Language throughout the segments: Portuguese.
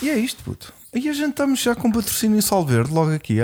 E é isto, puto. E a gente estamos já com patrocínio Solverde logo aqui.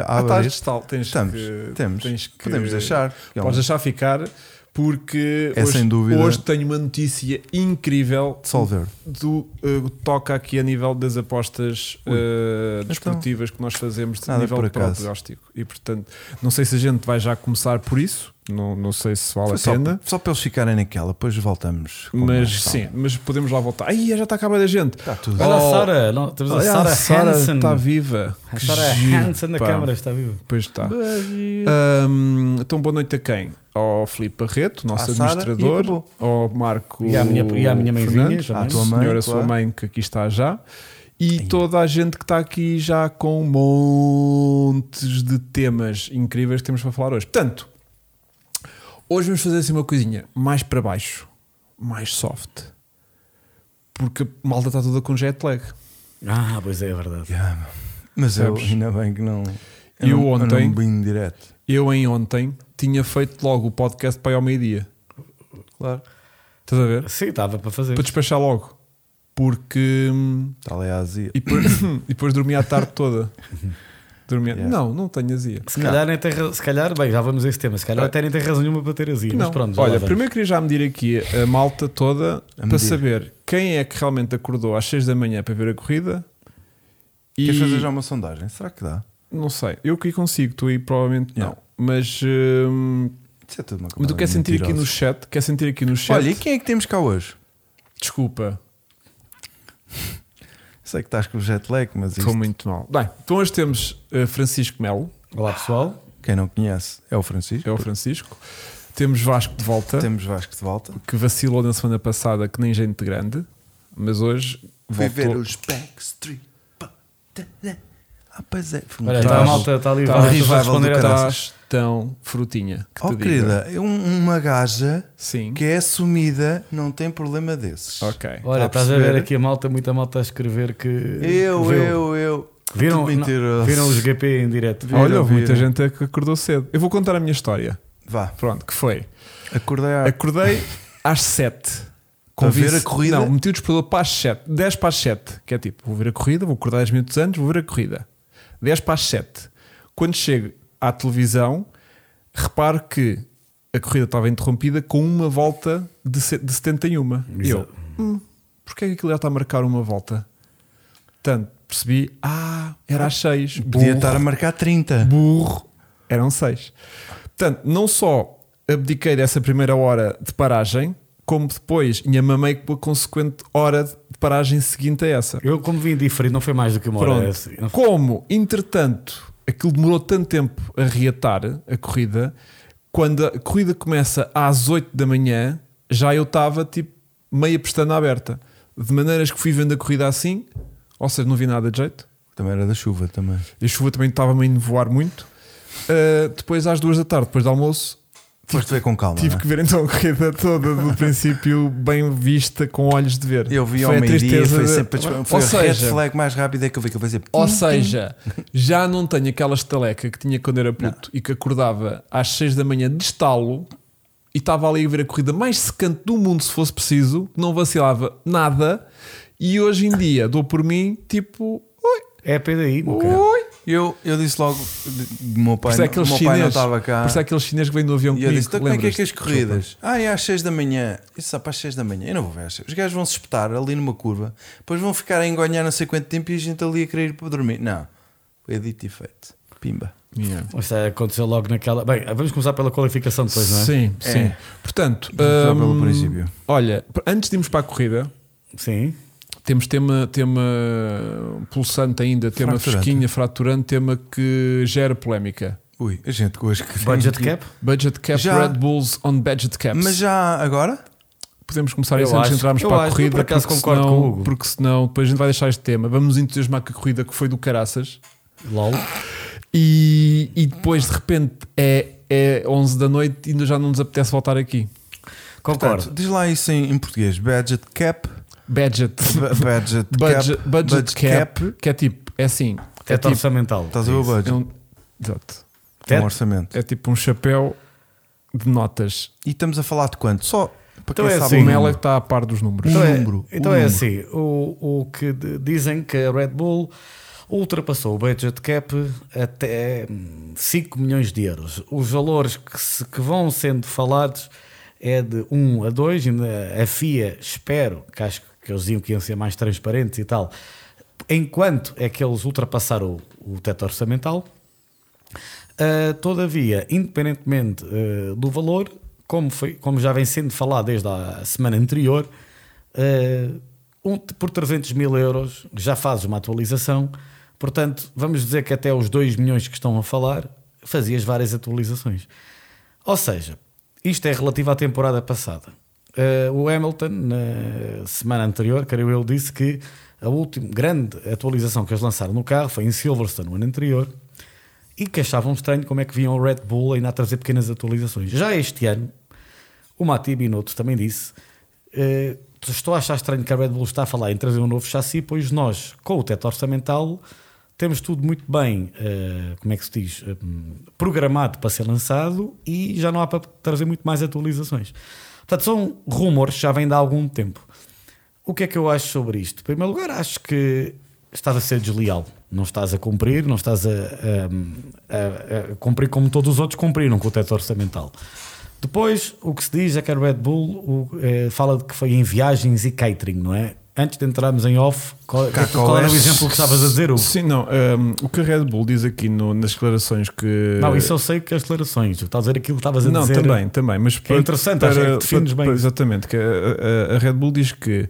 Podemos deixar. Podes deixar ficar, porque é sem dúvida. Hoje tenho uma notícia incrível de Solverde. Toca aqui a nível das apostas desportivas que nós fazemos de nível prognóstico. E portanto, não sei se a gente vai já começar por isso. Não sei se vale a pena. Só para eles ficarem naquela, depois voltamos. Mas sim, mas podemos lá voltar. Aí já está acabada a gente. Está tudo. Olha a Sarah Hansen. Está viva. A Sarah Hansen na câmara está viva. Pois está. Então boa noite a quem? Ao Filipe Barreto, nosso administrador, ao Marco e à minha mãezinha, à tua mãe, senhora, sua mãe, que aqui está já. E toda a gente que está aqui já com montes de temas incríveis que temos para falar hoje. Portanto, hoje vamos fazer assim uma coisinha mais para baixo, mais soft, porque a malta está toda com jet lag. Pois é verdade. Mas eu ainda bem que não. Eu em ontem tinha feito logo o podcast para ir ao meio-dia. Claro. Estás a ver? Sim, estava para fazer. Para despachar logo. Porque. Está ali a azia. E depois dormia a tarde toda. Não tenho azia. Se calhar, bem, já vamos a esse tema. Se calhar até nem tem razão nenhuma para ter azia. Mas pronto, olha, primeiro queria já medir aqui a malta toda para saber quem é que realmente acordou às 6 da manhã para ver a corrida. Queres fazer já uma sondagem? Será que dá? Não sei. Eu que consigo, tu aí provavelmente não. Mas. Mas tu queres sentir aqui no chat? Olha, e quem é que temos cá hoje? Desculpa. Sei que estás com o jet lag, mas estou muito mal. Bem, então hoje temos Francisco Melo. Olá pessoal. Quem não conhece é o Francisco. Temos Vasco de volta. Que vacilou na semana passada, que nem gente grande. Mas hoje fui ver os Backstreet. Pois é. Olha, a malta está ali. Está responder a tão frutinha. Que querida, é uma gaja que é assumida, não tem problema desses. Ok. Olha, estás a ver aqui muita malta a escrever que. Eu. Viram os GP em direto? Olha, houve muita gente que acordou cedo. Eu vou contar a minha história. Vá. Pronto, que foi. Acordei às 7. Para ver a corrida? Não, meti o despertador para as 7. 10 para as 7. Que é tipo, vou ver a corrida, vou acordar 10 minutos antes, vou ver a corrida. 10 para as 7. Quando chego à televisão, reparo que a corrida estava interrompida com uma volta de 71. E eu, porquê é que aquilo já está a marcar uma volta? Portanto, percebi, era às 6. Podia estar a marcar 30. Burro, eram 6. Portanto, não só abdiquei dessa primeira hora de paragem, como depois me mamei com a consequente hora de paragem seguinte a essa. Eu, como vim diferente, não foi mais do que uma hora. Como, entretanto, aquilo demorou tanto tempo a reatar a corrida, quando a corrida começa às 8 da manhã, já eu estava tipo meia pestana aberta. De maneiras que fui vendo a corrida assim, ou seja, não vi nada de jeito. Também era da chuva também. E a chuva também estava-me a nevoar muito. Depois às 2 da tarde, depois do almoço, foste ver com calma. Tive que ver então a corrida toda do princípio bem vista, com olhos de ver. Eu vi ao meio-dia, foi sempre a red flag mais rápida que eu vi, que eu fazia. Ou seja, já não tenho aquela estaleca que tinha quando era puto e que acordava às 6 da manhã de estalo e estava ali a ver a corrida mais secante do mundo, se fosse preciso, não vacilava nada. E hoje em dia dou por mim tipo, é a PDI, Eu disse logo, meu pai não estava cá. Por isso é aquele chinês que vem do avião comigo. E eu disse, então como é que as corridas? É às 6 da manhã. Isso só para as 6 da manhã. Eu não vou ver às 6. Os gajos vão se espetar ali numa curva, depois vão ficar a engonhar não sei quanto tempo e a gente ali a querer ir para dormir. Não, foi dito e feito. Pimba. Isto aconteceu logo naquela. Bem, vamos começar pela qualificação depois, não é? Sim. Portanto, pelo princípio. Olha, antes de irmos para a corrida, sim. Temos tema pulsante ainda, tema fresquinha, fraturante, tema que gera polémica. Ui, a gente hoje que Budget cap? Budget cap, já. Red Bulls on budget caps. Mas já agora? Podemos começar isso antes de entrarmos para a corrida, porque senão depois a gente vai deixar este tema. Vamos nos entusiasmar com a corrida que foi do caraças. LOL. E depois de repente é 11 da noite e ainda já não nos apetece voltar aqui. Concordo. Portanto, diz lá isso em português. Budget cap. Budget cap, que é tipo, é assim, é tipo orçamental. Estás a ver o budget? Exato. É um orçamento. É tipo um chapéu de notas. E estamos a falar de quanto? Só para Então quem é sabe assim, O Mel é que está a par dos números. Então é assim, o que dizem que a Red Bull ultrapassou o budget cap até 5 milhões de euros. Os valores que vão sendo falados é de 1 a 2, a FIA, espero, que acho que eles diziam que iam ser mais transparentes e tal, enquanto é que eles ultrapassaram o teto orçamental. Todavia, independentemente do valor, como já vem sendo falado desde a semana anterior, por 300 mil euros já fazes uma atualização. Portanto, vamos dizer que até os 2 milhões que estão a falar, fazias várias atualizações. Ou seja, isto é relativo à temporada passada. O Hamilton, na semana anterior, creio eu, disse que a última grande atualização que eles lançaram no carro foi em Silverstone, no ano anterior, e que achavam estranho como é que viam o Red Bull ainda a trazer pequenas atualizações. Já este ano, o Mati Binotto também disse: estou a achar estranho que a Red Bull está a falar em trazer um novo chassi, pois nós, com o teto orçamental, temos tudo muito bem, como é que se diz, programado para ser lançado e já não há para trazer muito mais atualizações. Portanto, são rumores que já vêm de há algum tempo. O que é que eu acho sobre isto? Em primeiro lugar, acho que estás a ser desleal. Não estás a cumprir, não estás a cumprir como todos os outros cumpriram com o teto orçamental. Depois, o que se diz é que a Red Bull fala de que foi em viagens e catering, não é? Antes de entrarmos em off, qual era o exemplo que estavas a dizer, Hugo? Sim, não. O que a Red Bull diz aqui nas declarações que... Não, isso eu sei que as declarações. Estás a dizer aquilo que estavas a dizer. Não, também. Mas é interessante, acho que defines bem. Exatamente. Que a Red Bull diz que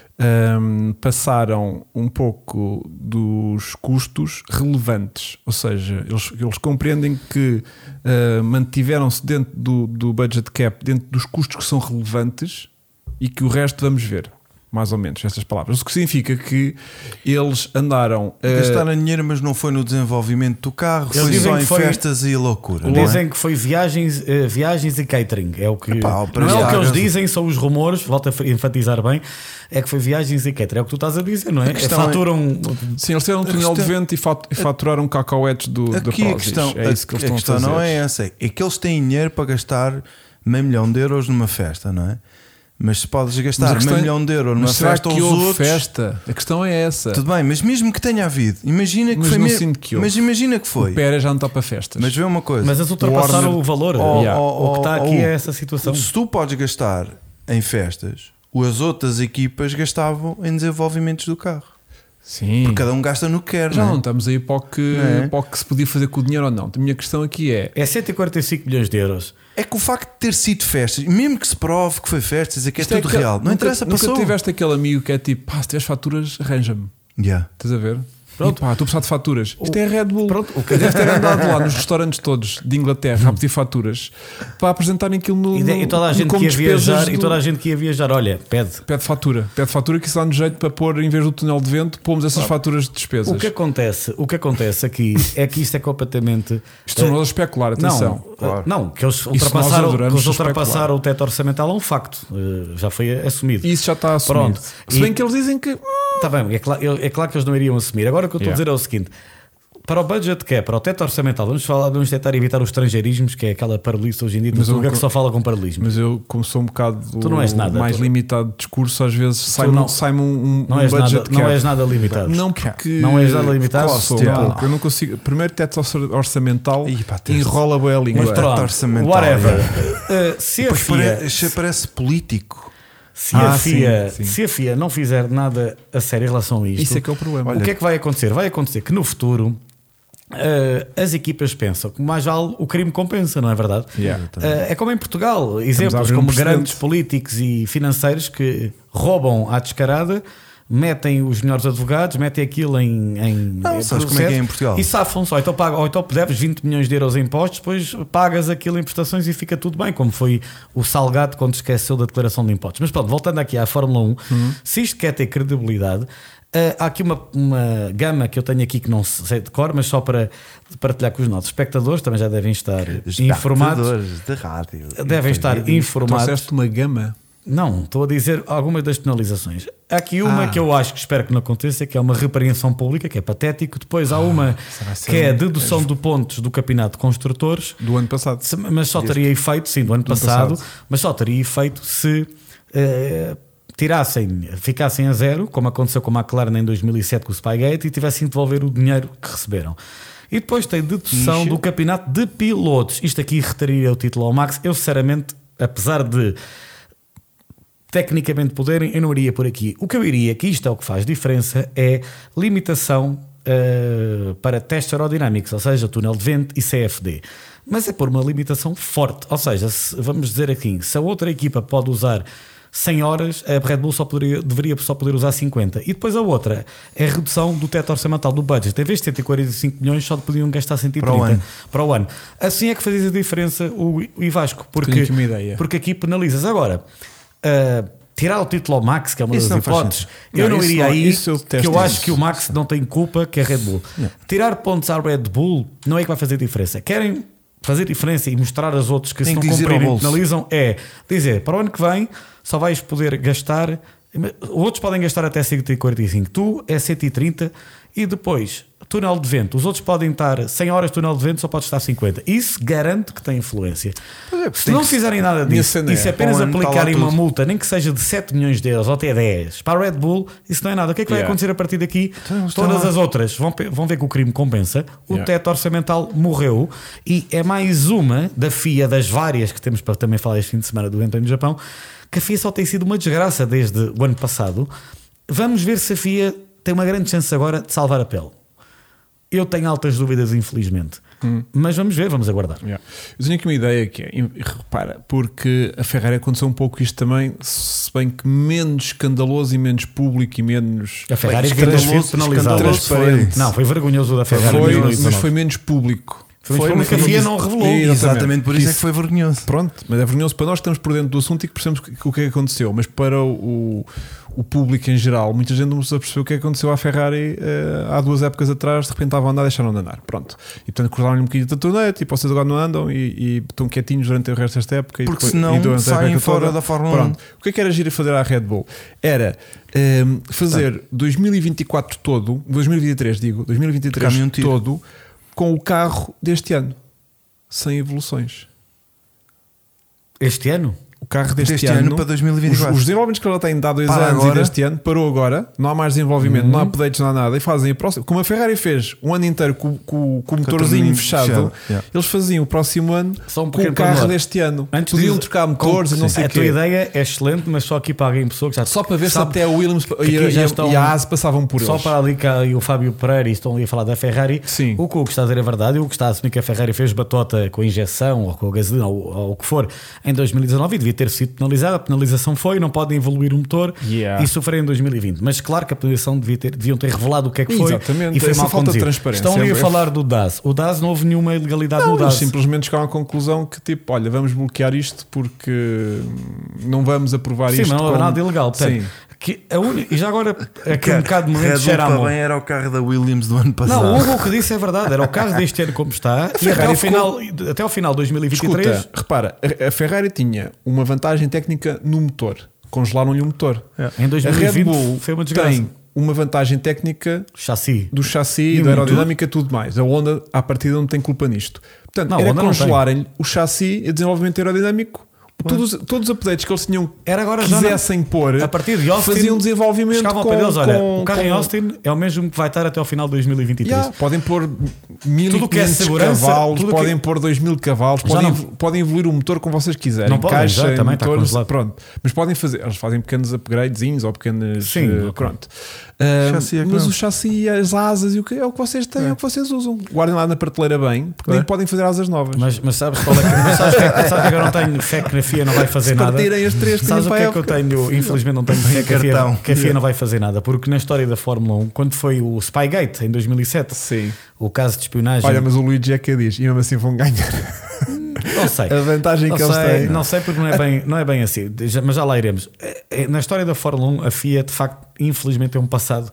passaram um pouco dos custos relevantes, ou seja, eles compreendem que mantiveram-se dentro do budget cap, dentro dos custos que são relevantes, e que o resto vamos ver, mais ou menos, estas palavras. O que significa que eles andaram gastaram dinheiro, mas não foi no desenvolvimento do carro, foi só em festas e loucura. Dizem que foi viagens e catering. É o que, não é o que eles dizem, são os rumores. Volto a enfatizar bem. É que foi viagens e catering. É o que tu estás a dizer, não é? Faturam. Sim, eles tiveram um túnel de vento e faturaram cacauetes da Prozis. É isso que eles estão a fazer. Não é essa. É que eles têm dinheiro para gastar $500 mil numa festa, não é? Mas se podes gastar $1 milhão numa festa aos outros... festa? A questão é essa. Tudo bem, mas mesmo que tenha havido, imagina que foi. Mas imagina que foi. O Pérez já não está para festas. Mas vê uma coisa. Mas eles ultrapassaram o valor. O que está aqui é essa situação. Se tu podes gastar em festas, as outras equipas gastavam em desenvolvimentos do carro. Sim. Porque cada um gasta no que quer. Já não estamos aí para o que se podia fazer com o dinheiro ou não. A minha questão aqui é 145 milhões de euros. É que o facto de ter sido festas, mesmo que se prove que foi festas, é que é tudo real. Não interessa, passou. Nunca tiveste aquele amigo que é tipo, se tiveres faturas, arranja-me. Estás a ver? Pronto. Estou a precisar de faturas. Isto é a Red Bull. Pronto. O que deve ter andado lá nos restaurantes todos de Inglaterra a pedir faturas para apresentarem aquilo no. E toda a gente que ia viajar, e toda a gente que ia viajar, olha, pede fatura. Pede fatura, que isso dá-nos jeito para pôr, em vez do túnel de vento, pomos essas faturas de despesas. O que acontece aqui é que isto é completamente. Isto tornou-se a especular, atenção. Não, que eles ultrapassaram o teto orçamental é um facto. Já foi assumido. Isso já está assumido. Se bem que eles dizem que. Está bem, é claro que eles não iriam assumir. Agora o que eu estou a dizer é o seguinte: para o budget que é, para o teto orçamental, vamos tentar evitar os estrangeirismos, que é aquela paralisia hoje em dia, do lugar que só fala com paralelismo. Mas eu, como sou um bocado mais limitado de discurso, às vezes sai-me um budget cap. Não és nada limitado. Não, porque não és nada limitado. Eu não consigo. Primeiro, teto orçamental enrola bem a língua. Mas pronto, whatever. Se a FIA parece político. Se a FIA não fizer nada a sério em relação a isto, isso é que é o problema. O que é que vai acontecer? Vai acontecer que no futuro as equipas pensam que mais vale o crime compensa, não é verdade? É como em Portugal, exemplos como grandes políticos e financeiros que roubam à descarada, metem os melhores advogados, metem aquilo em sabes como é que é em Portugal? E safam-se, ou então deves 20 milhões de euros em impostos, depois pagas aquilo em prestações e fica tudo bem, como foi o Salgado quando esqueceu da declaração de impostos. Mas pronto, voltando aqui à Fórmula 1, se isto quer ter credibilidade, há aqui uma gama que eu tenho aqui que não sei de cor, mas só para partilhar com os nossos espectadores, também já devem estar informados. De rádio. Devem estar informados. Trouxeste uma gama? Não, estou a dizer algumas das penalizações. Há aqui uma que eu acho que espero que não aconteça, que é uma repreensão pública, que é patético. Depois há uma que é a dedução de pontos do campeonato de construtores do ano passado, mas só teria efeito, sim, do ano passado, mas só teria efeito se ficassem a zero, como aconteceu com a McLaren em 2007 com o Spygate, e tivessem de devolver o dinheiro que receberam. E depois tem dedução do campeonato de pilotos. Isto aqui retiraria o título ao Max. Eu sinceramente, apesar de tecnicamente poderem, eu não iria por aqui. O que eu iria, que isto é o que faz diferença, é limitação para testes aerodinâmicos, ou seja, túnel de vento e CFD. Mas é por uma limitação forte. Ou seja, vamos dizer aqui, se a outra equipa pode usar 100 horas, a Red Bull deveria só poder usar 50. E depois a outra é a redução do teto orçamental do budget. Em vez de 145 milhões, só podiam gastar 130 para o ano. Assim é que fazia a diferença o Vasco, porque aqui penalizas. Agora, tirar o título ao Max, que é uma das hipóteses, eu não iria aí, que eu acho que o Max não tem culpa, que é a Red Bull. Tirar pontos à Red Bull não é que vai fazer diferença. Querem fazer diferença e mostrar aos outros que se não cumprirem penalizam, é dizer, para o ano que vem só vais poder gastar, outros podem gastar até 145, tu é 130, e depois túnel de vento, os outros podem estar 100 horas de túnel de vento, só pode estar 50. Isso garante que tem influência. Se não fizerem nada disso e se apenas aplicarem uma multa, nem que seja de 7 milhões de euros ou até 10 para a Red Bull, isso não é nada. O que é que vai acontecer a partir daqui? Todas as outras vão ver que o crime compensa, o teto orçamental morreu, e é mais uma da FIA, das várias que temos para também falar este fim de semana do evento no Japão, que a FIA só tem sido uma desgraça desde o ano passado. Vamos ver se a FIA tem uma grande chance agora de salvar a pele. Eu tenho altas dúvidas, infelizmente. Mas vamos ver, vamos aguardar. Eu tenho aqui uma ideia que é, repara, porque a Ferrari aconteceu um pouco isto também, se bem que menos escandaloso e menos público e menos a Ferrari transparente. Não, foi vergonhoso da Ferrari. Mas foi menos público. Foi porque a FIA não revelou. Exatamente por isso é que foi vergonhoso. Pronto, mas é vergonhoso para nós que estamos por dentro do assunto e que percebemos o que é que aconteceu. Mas para o público em geral, muita gente não se percebeu o que aconteceu à Ferrari há 2 épocas atrás. De repente estavam a andar, deixaram de andar. Pronto. E portanto cortaram-lhe um bocadinho da tonete, tipo, vocês agora não andam e estão quietinhos durante o resto desta época. Porque senão saem fora da Fórmula 1. O que era giro a fazer à Red Bull? Era fazer 2024 todo, 2023 todo, com o carro deste ano, sem evoluções. Este ano? O carro deste ano para 2024. Os desenvolvimentos que ela tem dado 2 anos agora. E deste ano parou agora, não há mais desenvolvimento, não há updates, não há nada, e fazem a próxima. Como a Ferrari fez um ano inteiro com o motorzinho fechado, eles faziam o próximo ano com o carro deste ano. Podiam trocar motores e não sei o quê. A tua ideia é excelente, mas só aqui para alguém pessoa que já só para ver se até o Williams e a AS passavam por eles. Só para ali cá e o Fábio Pereira e estão ali a falar da Ferrari. Sim. O que está a dizer é verdade. O que está a assumir que a Ferrari fez batota com a injeção ou com a gasolina ou o que for em 2019 e devia ter sido penalizado. A penalização foi, não podem evoluir o motor e sofrer em 2020. Mas claro que a penalização deviam ter revelado o que é que foi. Exatamente. E foi mal conduzido. Estão ali a falar do DAS. O DAS não houve nenhuma ilegalidade no DAS. Simplesmente chegaram à conclusão que tipo, olha, vamos bloquear isto porque não vamos aprovar isto. Sim, mas não é nada ilegal. Portanto, e já agora aqui um bocado de momento cheira a mão. Também era o carro da Williams do ano passado. Não, o Hugo que disse é verdade. Era o carro deste ano como está. E até ao final de 2023. Escuta, repara, a Ferrari tinha uma vantagem técnica no motor. Congelaram-lhe o motor. Em 2020 a Red Bull foi uma desgraça. Tem uma vantagem técnica do chassi, da aerodinâmica e tudo mais. A Honda, à partida, não tem culpa nisto. Portanto, era congelarem o chassi e o desenvolvimento aerodinâmico. Todos os updates que eles tinham quisessem pôr a partir de Austin, faziam desenvolvimento o carro em Austin é o mesmo que vai estar até ao final de 2023. Podem pôr 1500 cavalos, podem pôr 2000 cavalos, podem evoluir o motor como vocês quiserem. Não podem, caixa, também motores, está pronto. Mas podem fazer, eles fazem pequenos upgradezinhos ou pequenos. Pronto. Mas o chassi e as asas e o que é o que vocês têm, é o que vocês usam. Guardem lá na prateleira bem, porque nem podem fazer asas novas. Mas sabes qual é que sabes que eu não tenho fé que a FIA não vai fazer nada. As 3 sabes o que é que eu tenho? Infelizmente não tenho fé que a FIA não vai fazer nada, porque na história da Fórmula 1, quando foi o Spygate em 2007, o caso de espionagem. Olha, mas o Luigi é que diz, e mesmo assim vão ganhar. Não sei. A vantagem que eles têm. Não sei porque não é bem assim, mas já lá iremos. Na história da Fórmula 1, a FIA de facto, infelizmente, tem um passado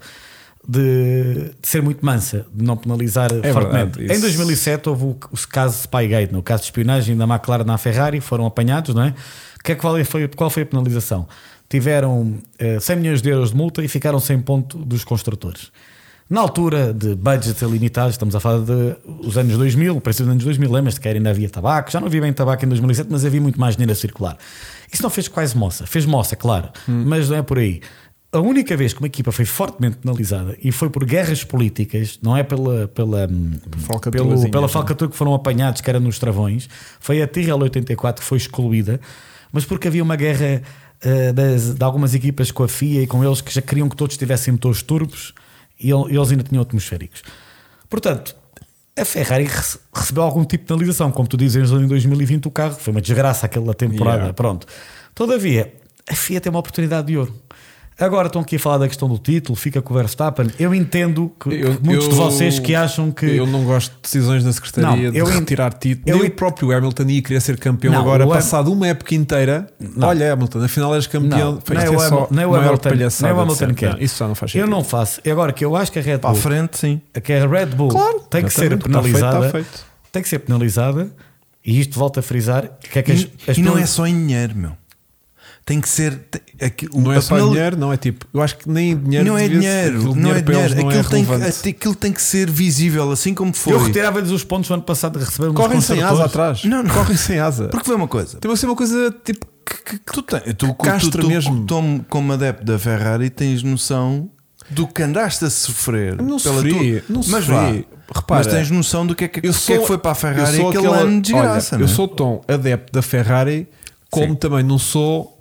de ser muito mansa, de não penalizar fortemente. Verdade, em 2007 houve o caso de Spygate, o caso de espionagem da McLaren na Ferrari, foram apanhados, não é? Qual foi a penalização? Tiveram 100 milhões de euros de multa e ficaram sem ponto dos construtores. Na altura de budgets ilimitados, estamos a falar dos anos 2000, o preço dos anos 2000, lembras-te que ainda havia tabaco, já não havia bem tabaco em 2007, mas havia muito mais dinheiro a circular. Isso não fez quase moça, fez moça, claro, mas não é por aí. A única vez que uma equipa foi fortemente penalizada e foi por guerras políticas, não é pela falcatrua que foram apanhados, que era nos travões, foi a Tyrrell 84 que foi excluída, mas porque havia uma guerra de algumas equipas com a FIA e com eles que já queriam que todos tivessem motores turbos e eles ainda tinham atmosféricos. Portanto, a Ferrari recebeu algum tipo de penalização, como tu dizes, em 2020 o carro foi uma desgraça aquela temporada. Pronto. Todavia, a FIA tem uma oportunidade de ouro. Agora estão aqui a falar da questão do título, fica com o Verstappen. Eu entendo que muitos de vocês que acham que... Eu não gosto de decisões da Secretaria de retirar título. Nem o próprio Hamilton ia querer ser campeão agora, passado uma época inteira. Olha, Hamilton, afinal és campeão. Não é o Hamilton que é. Isso já não faz sentido. Eu não faço. Agora que eu acho que a Red Bull... Para a frente, sim. Que a Red Bull tem que ser penalizada. Está feito. Tem que ser penalizada. E isto volta a frisar. Que é que e não é só em dinheiro, meu. Tem que ser. Não é só dinheiro, não é tipo. Eu acho que nem dinheiro. Não é dinheiro, não é dinheiro. Aquilo tem que ser visível, assim como foi. Eu retirava-lhes os pontos do ano passado de receber. Correm sem asa atrás. Não. Correm sem asa. Porque foi uma coisa. Tem que ser uma coisa tipo. Tu como adepto da Ferrari, tens noção do que andaste a sofrer. Não sofri. Repara, mas tens noção do que é que foi para a Ferrari aquele ano de desgraça. Eu sou tão adepto da Ferrari como também não sou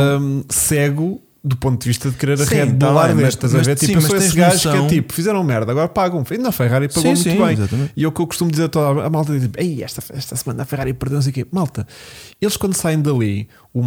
cego do ponto de vista de querer a Red Bull destas a ver, tipo, eu sou esse gajo que é tipo, fizeram merda, agora pagam. Na Ferrari pagou muito bem. Exatamente. E é o que eu costumo dizer a toda a malta, diz, ei, esta semana a Ferrari perdeu não sei o quê. Malta, eles quando saem dali, o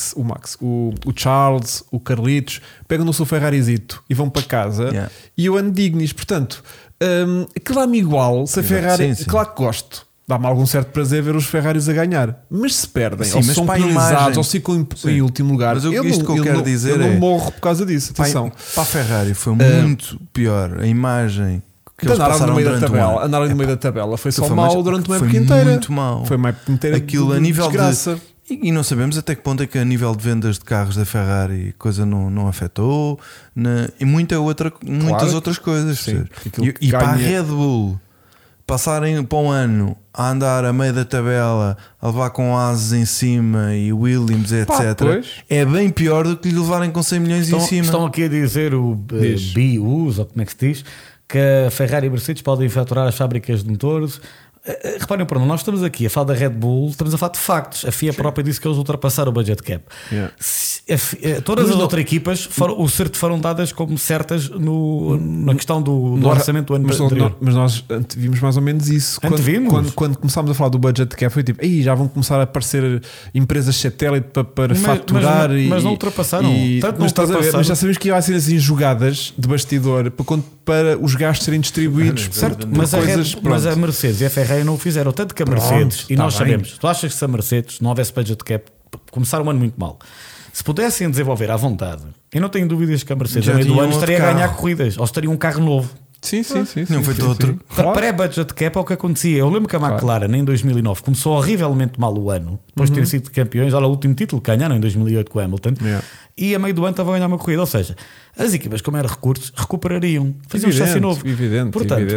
Charles, o Carlitos, pegam no seu Ferrarizito e vão para casa e eu ando dignis, portanto, aquilo dá-me igual se a Ferrari, claro que gosto. Dá-me algum certo prazer ver os Ferraris a ganhar, mas se perdem, ou são penalizados, ou ficam em último lugar, mas eu não morro por causa disso. Atenção. Para a Ferrari foi muito pior a imagem que eles passaram no meio da tabela. Andaram no meio da tabela foi só mal durante uma época inteira. Muito mal. Foi uma época inteira. Aquilo a nível de e não sabemos até que ponto é que a nível de vendas de carros da Ferrari coisa não afetou e muitas outras coisas. E para a Red Bull passarem para um ano a andar a meio da tabela, a levar com ases em cima e Williams, etc. É bem pior do que lhe levarem com 100 milhões em cima. Estão aqui a dizer o BUs, ou como é que se diz, que a Ferrari e a Mercedes podem faturar as fábricas de motores. Reparem, nós estamos aqui a falar da Red Bull, estamos a falar de factos. A FIA própria disse que eles ultrapassaram o budget cap. Todas as outras equipas foram dadas como certas na questão do orçamento do ano anterior. Mas nós vimos mais ou menos isso quando começámos a falar do budget cap. Foi tipo, já vão começar a aparecer empresas satélite para faturar, mas não ultrapassaram. Mas já sabemos que ia ser assim jogadas de bastidor para os gastos serem distribuídos, certo? Mas a Mercedes e a Ferrari não o fizeram, tanto que a Mercedes, e nós sabemos, tu achas que se a Mercedes não houvesse budget cap, começaram o ano muito mal, se pudessem desenvolver à vontade, eu não tenho dúvidas que a Mercedes no meio do ano estaria a ganhar corridas, ou estaria um carro novo. Sim. Não foi outro. Para pré-budget cap é o que acontecia. Eu lembro que a McLaren em 2009 começou horrivelmente mal o ano, depois de terem sido campeões. Olha, o último título que ganharam em 2008 com o Hamilton, e a meio do ano estava a ganhar uma corrida. Ou seja, as equipas, como eram recursos, recuperariam, faziam um chassi novo. Evidente.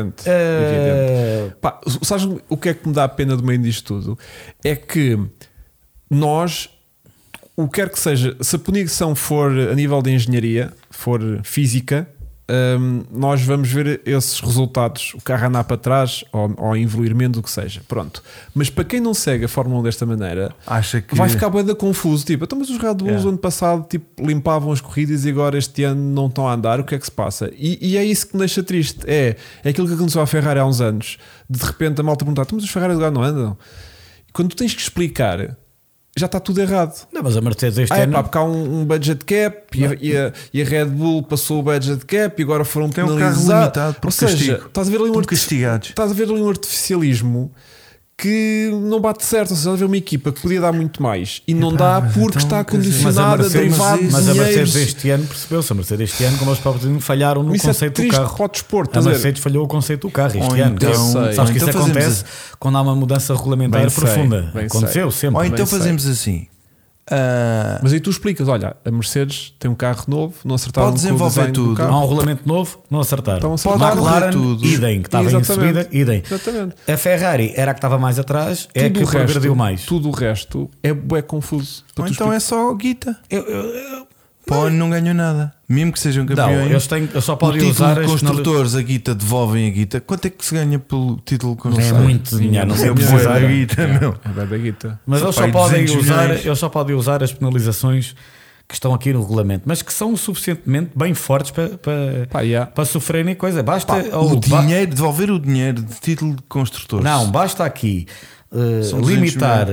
Pá, sabes o que é que me dá a pena do meio disto tudo? É que nós, o que quer que seja, se a punição for a nível de engenharia, for física, nós vamos ver esses resultados, o carro andar para trás ou evoluir menos, o que seja, pronto. Mas para quem não segue a Fórmula 1 desta maneira, acha que vai ficar bem confuso, tipo, então, mas os Red Bulls ano passado limpavam as corridas e agora este ano não estão a andar, o que é que se passa? E é isso que me deixa triste, é aquilo que aconteceu à Ferrari há uns anos, de repente a malta perguntar, mas os Ferrari agora não andam? E quando tu tens que explicar, já está tudo errado. Não, mas a Mercedes este ano... porque há um budget cap e a Red Bull passou o budget cap e agora foram penalizados. Um carro limitado por castigo. Estás a ver ali um artificialismo que não bate certo. Ou seja, estás a ver uma equipa que podia dar muito mais e não dá porque está condicionada a derivados. Mas a Mercedes este ano percebeu-se. A Mercedes este ano, como eles próprios dizem, falharam no conceito do carro. Para o desporto, a Mercedes falhou o conceito do carro este ano. Sabes que isso acontece quando há uma mudança regulamentar profunda. Aconteceu sempre. Ou então fazemos assim: Mas aí tu explicas: olha, a Mercedes tem um carro novo, não acertaram Pode com o desenvolver design do tudo. carro. Há um regulamento novo, não acertaram. Então, pode McLaren, tudo. idem, que estava em Exatamente. subida, idem. Exatamente. A Ferrari era a que estava mais atrás, é a Tudo que o resto, progrediu mais. Tudo o resto é bué confuso. Ou então é só guita. Eu- Pô, não ganham nada. Mesmo que sejam não, campeões. eles só O podem título usar de as construtores, a guita, devolvem a guita. Quanto é que se ganha pelo título de É construtor? muito dinheiro, não sei É precisar. bué da guita, meu. É bué da guita. Mas Só eles para só, aí podem 200 usar, milhões. eles só podem usar as penalizações que estão aqui no regulamento, mas que são suficientemente bem fortes para Pá, yeah. sofrerem coisa. Basta Pá, o dinheiro, devolver o dinheiro de título de construtores. Não, basta aqui São 200 limitar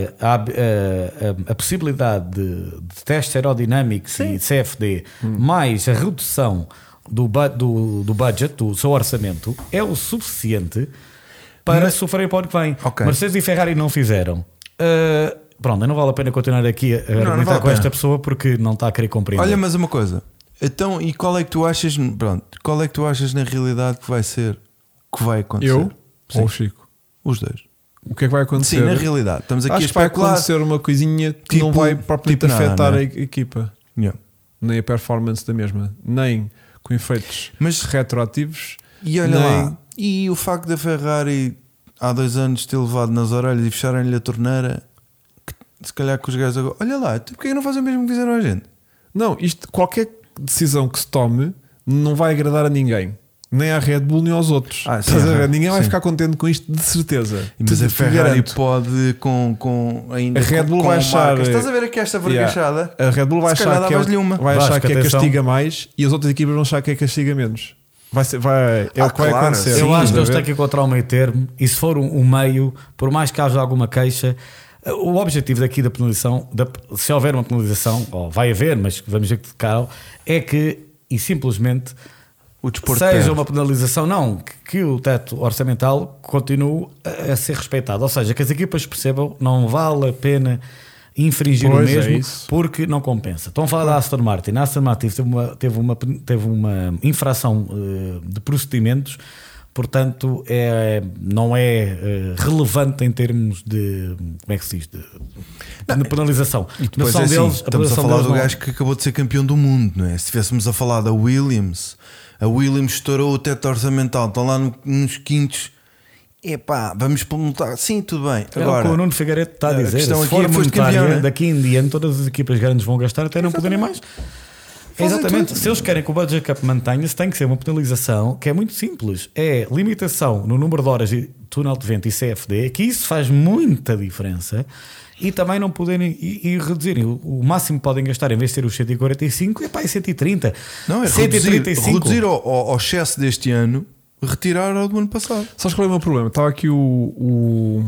a possibilidade de testes aerodinâmicos e de CFD, mais a redução do budget, do seu orçamento, é o suficiente para sofrer para o ano que vem. Ok. Mercedes e Ferrari não fizeram. Pronto, não vale a pena continuar aqui a argumentar vale a com esta pena. pessoa porque não está a querer compreender. Olha, mas uma coisa. Então, e qual é que tu achas? Pronto, qual é que tu achas na realidade que vai ser? Que vai acontecer? Eu Sim. ou o Chico? Os dois. O que é que vai acontecer? Sim, na realidade. Estamos aqui Acho a que vai especular. acontecer uma coisinha que Tipo- não vai propriamente tipo nada, afetar né? a equipa, Yeah. nem a performance da mesma, nem com efeitos Mas- retroativos. E olha Nem- lá, e o facto da Ferrari há 2 anos ter levado nas orelhas e fecharem-lhe a torneira, que se calhar que os gajos agora, olha lá, tu porquê não fazem o mesmo que fizeram a gente? Não, qualquer decisão que se tome não vai agradar a ninguém. Nem à Red Bull nem aos outros. Ah, sim, Estás a ver? sim. Ninguém vai ficar contente com isto, de certeza. Mas Te- a te Ferrari garanto. pode com ainda A Red com- Bull com vai achar- marcas. Estás a ver aqui esta vergachada? A Red Bull vai Se calhar achar que davas-lhe uma. vai Vasco, achar que é atenção. castiga mais e as outras equipas vão achar que é castiga menos. É o que vai claro, acontecer. sim. Eu acho que eles Estás a têm ver? que encontrar um meio termo e se for um meio, por mais que haja alguma queixa, o objetivo daqui da penalização, se houver uma penalização, ou vai haver, mas vamos ver que de caro, é que e simplesmente O desporto seja perde. uma penalização, não, que o teto orçamental continue a ser respeitado. Ou seja, que as equipas percebam não vale a pena infringir Pois, o mesmo é isso. porque não compensa. Estão a falar da Aston Martin. A Aston Martin teve uma infração de procedimentos, portanto não é relevante em termos de, como é que se diz, de penalização. E depois é assim, estamos a falar do gajo que acabou de ser campeão do mundo, não é? Se estivéssemos a falar da Williams, a Williams estourou o teto orçamental, estão lá nos quintos. Epá, vamos multar. Sim, tudo bem. É o Agora, que o Nuno Figueiredo está a a dizer. questão Se aqui for é, foste monetária, campeão, né? daqui em diante todas as equipas grandes vão gastar até não poderem mais. Fazem Exatamente. tudo. Se eles querem que o budget cap mantenha-se, tem que ser uma penalização que é muito simples. É limitação no número de horas de túnel de vento e CFD, que isso faz muita diferença. E também não poderem e reduzirem. O máximo que podem gastar, em vez de ser os 145, é 130. não, é 135. reduzir ao excesso deste ano, retirar ao do ano passado. Sabes qual é o meu problema? Estava aqui o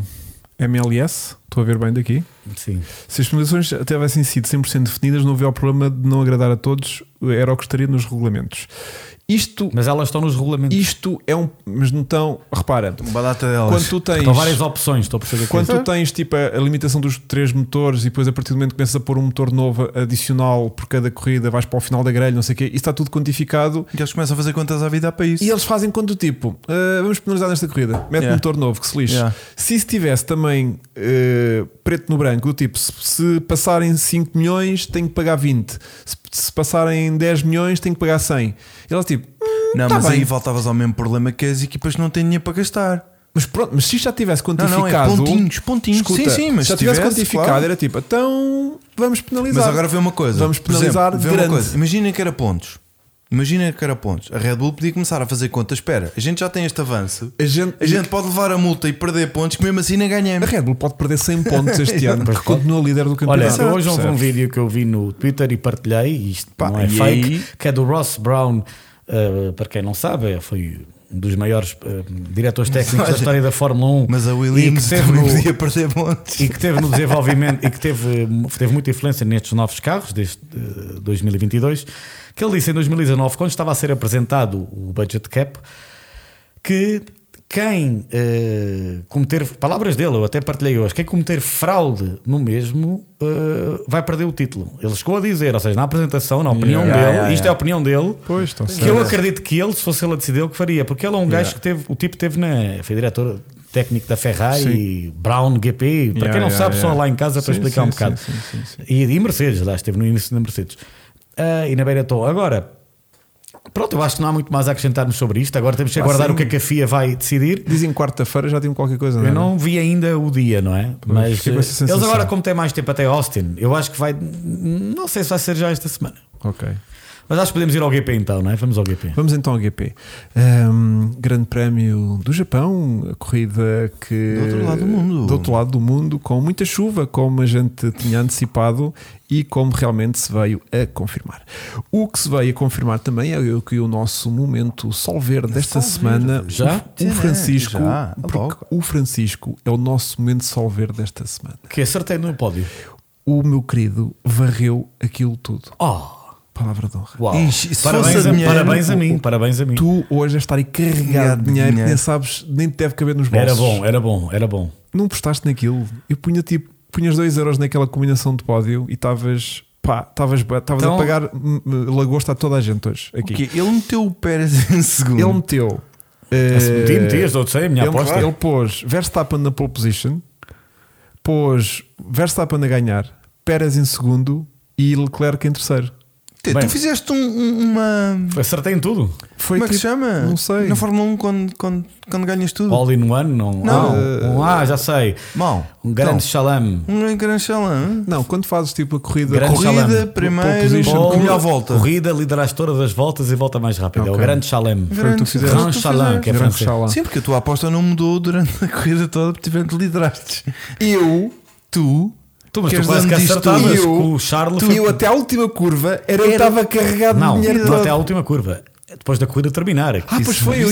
MLS, estou a ver bem daqui. Sim. Se as penalizações tivessem sido 100% definidas, não havia o problema de não agradar a todos, era o que estaria nos regulamentos. Mas elas estão nos regulamentos. Isto é um. Mas não estão. Repara, Uma data delas. quando tu tens. Estão várias opções, estou a perceber. Quando tu tens tipo a limitação dos 3 motores e depois a partir do momento que começas a pôr um motor novo adicional por cada corrida, vais para o final da grelha, não sei o quê, isso está tudo quantificado E eles começam a fazer contas à vida para isso. e eles fazem quanto tipo, vamos penalizar nesta corrida, mete um motor novo que se lixe. Yeah. Se isso tivesse também preto no branco, do tipo, se passarem 5 milhões tem que pagar 20, se passarem 10 milhões tem que pagar 100. E eles tipo, Não, tá mas bem. aí voltavas ao mesmo problema que as equipas não têm dinheiro para gastar. Mas pronto, mas se isto já tivesse Não, quantificado, é pontinhos. Escuta, Sim, mas se já tivesse tivesse, quantificado, claro. era tipo, então vamos penalizar. Mas agora vê uma coisa. Vamos Por penalizar exemplo, vê grande. uma coisa. Imagina que era pontos. A Red Bull podia começar a fazer contas. Espera, a gente já tem este avanço. A gente, pode levar a multa e perder pontos que mesmo assim não a ganhamos. Red Bull pode perder 100 pontos este ano, Mas porque continua líder do Olha, campeonato. hoje houve um percebes? vídeo que eu vi no Twitter e partilhei, e isto Pá, não é e fake, aí? que é do Ross Brown, para quem não sabe, foi um dos maiores diretores técnicos da história da Fórmula 1. Mas a e que Williams teve também no- podia perder pontos. e que teve no desenvolvimento e que teve muita influência nestes novos carros desde 2022, que ele disse em 2019, quando estava a ser apresentado o budget cap, que quem cometer, palavras dele, eu até partilhei hoje, quem cometer fraude no mesmo vai perder o título. Ele chegou a dizer, ou seja, na apresentação, na opinião dele, isto é a opinião dele, Pois, estão que eu acredito que ele, se fosse ele a decidir, o que faria, porque ele é um gajo que teve, o tipo teve foi diretor técnico da Ferrari, Brown GP, para quem não sabe, só lá em casa para explicar um bocado. Sim. E Mercedes, lá esteve no início da Mercedes. E na Benetton. Agora, pronto, eu acho que não há muito mais a acrescentarmos sobre isto. Agora temos que aguardar o que a FIA vai decidir. Dizem quarta-feira já tinham qualquer coisa. Eu não vi ainda o dia, não é? Mas eles agora, como têm mais tempo até Austin, eu acho que vai. Não sei se vai ser já esta semana. Ok. Mas acho que podemos ir ao GP então, não é? Vamos ao GP. Vamos então ao GP. Grande Prémio do Japão, a corrida que. Do outro lado do mundo. Do outro lado do mundo, com muita chuva, como a gente tinha antecipado e como realmente se veio a confirmar. O que se veio a confirmar também é que o nosso momento Sol Verde desta semana. Já? O Francisco. Já, Porque o Francisco é o nosso momento Sol Verde desta semana. Que acertei no pódio. O meu querido varreu aquilo tudo. Palavra de honra. Uau. Ixi, se Parabéns, fosse dinheiro, parabéns a mim. Tu hoje a estar aí carregado de dinheiro, nem sabes, nem te deve caber nos bolsos. Era bom. Não postaste naquilo. Eu punhas 2 euros naquela combinação de pódio e estavas Então, a pagar lagosta a toda a gente hoje. Aqui. Okay. Ele meteu o Pérez em segundo. Ele meteu. Metias, não sei, a minha aposta. Ele pôs Verstappen na pole position, pôs Verstappen a ganhar, Pérez em segundo e Leclerc em terceiro. Tu fizeste uma. Acertei em tudo. Foi Como é que se chama? Não sei. Na Fórmula 1 quando ganhas tudo. All in one? Não. Já sei. Mal. Um grande chalame. Um grande chalão. Não, quando fazes tipo a corrida, Grande Corrida, primeiro, Pole, melhor volta. Corrida, lideraste todas as voltas e volta mais rápida. É o Ok. grande chalame. Foi o que tu fizeste. Grand Chalame, que é Grande francês. chalão. Sim, porque a tua aposta não mudou durante a corrida toda, porque tivemos lideraste. Tu. Mas Queres tu quase que dar-me disto acertavas tudo? com o Charles. Eu até à última curva eu estava carregado de Não, dinheiro não todo. até à última curva. Depois da corrida terminar. Pois foi, eu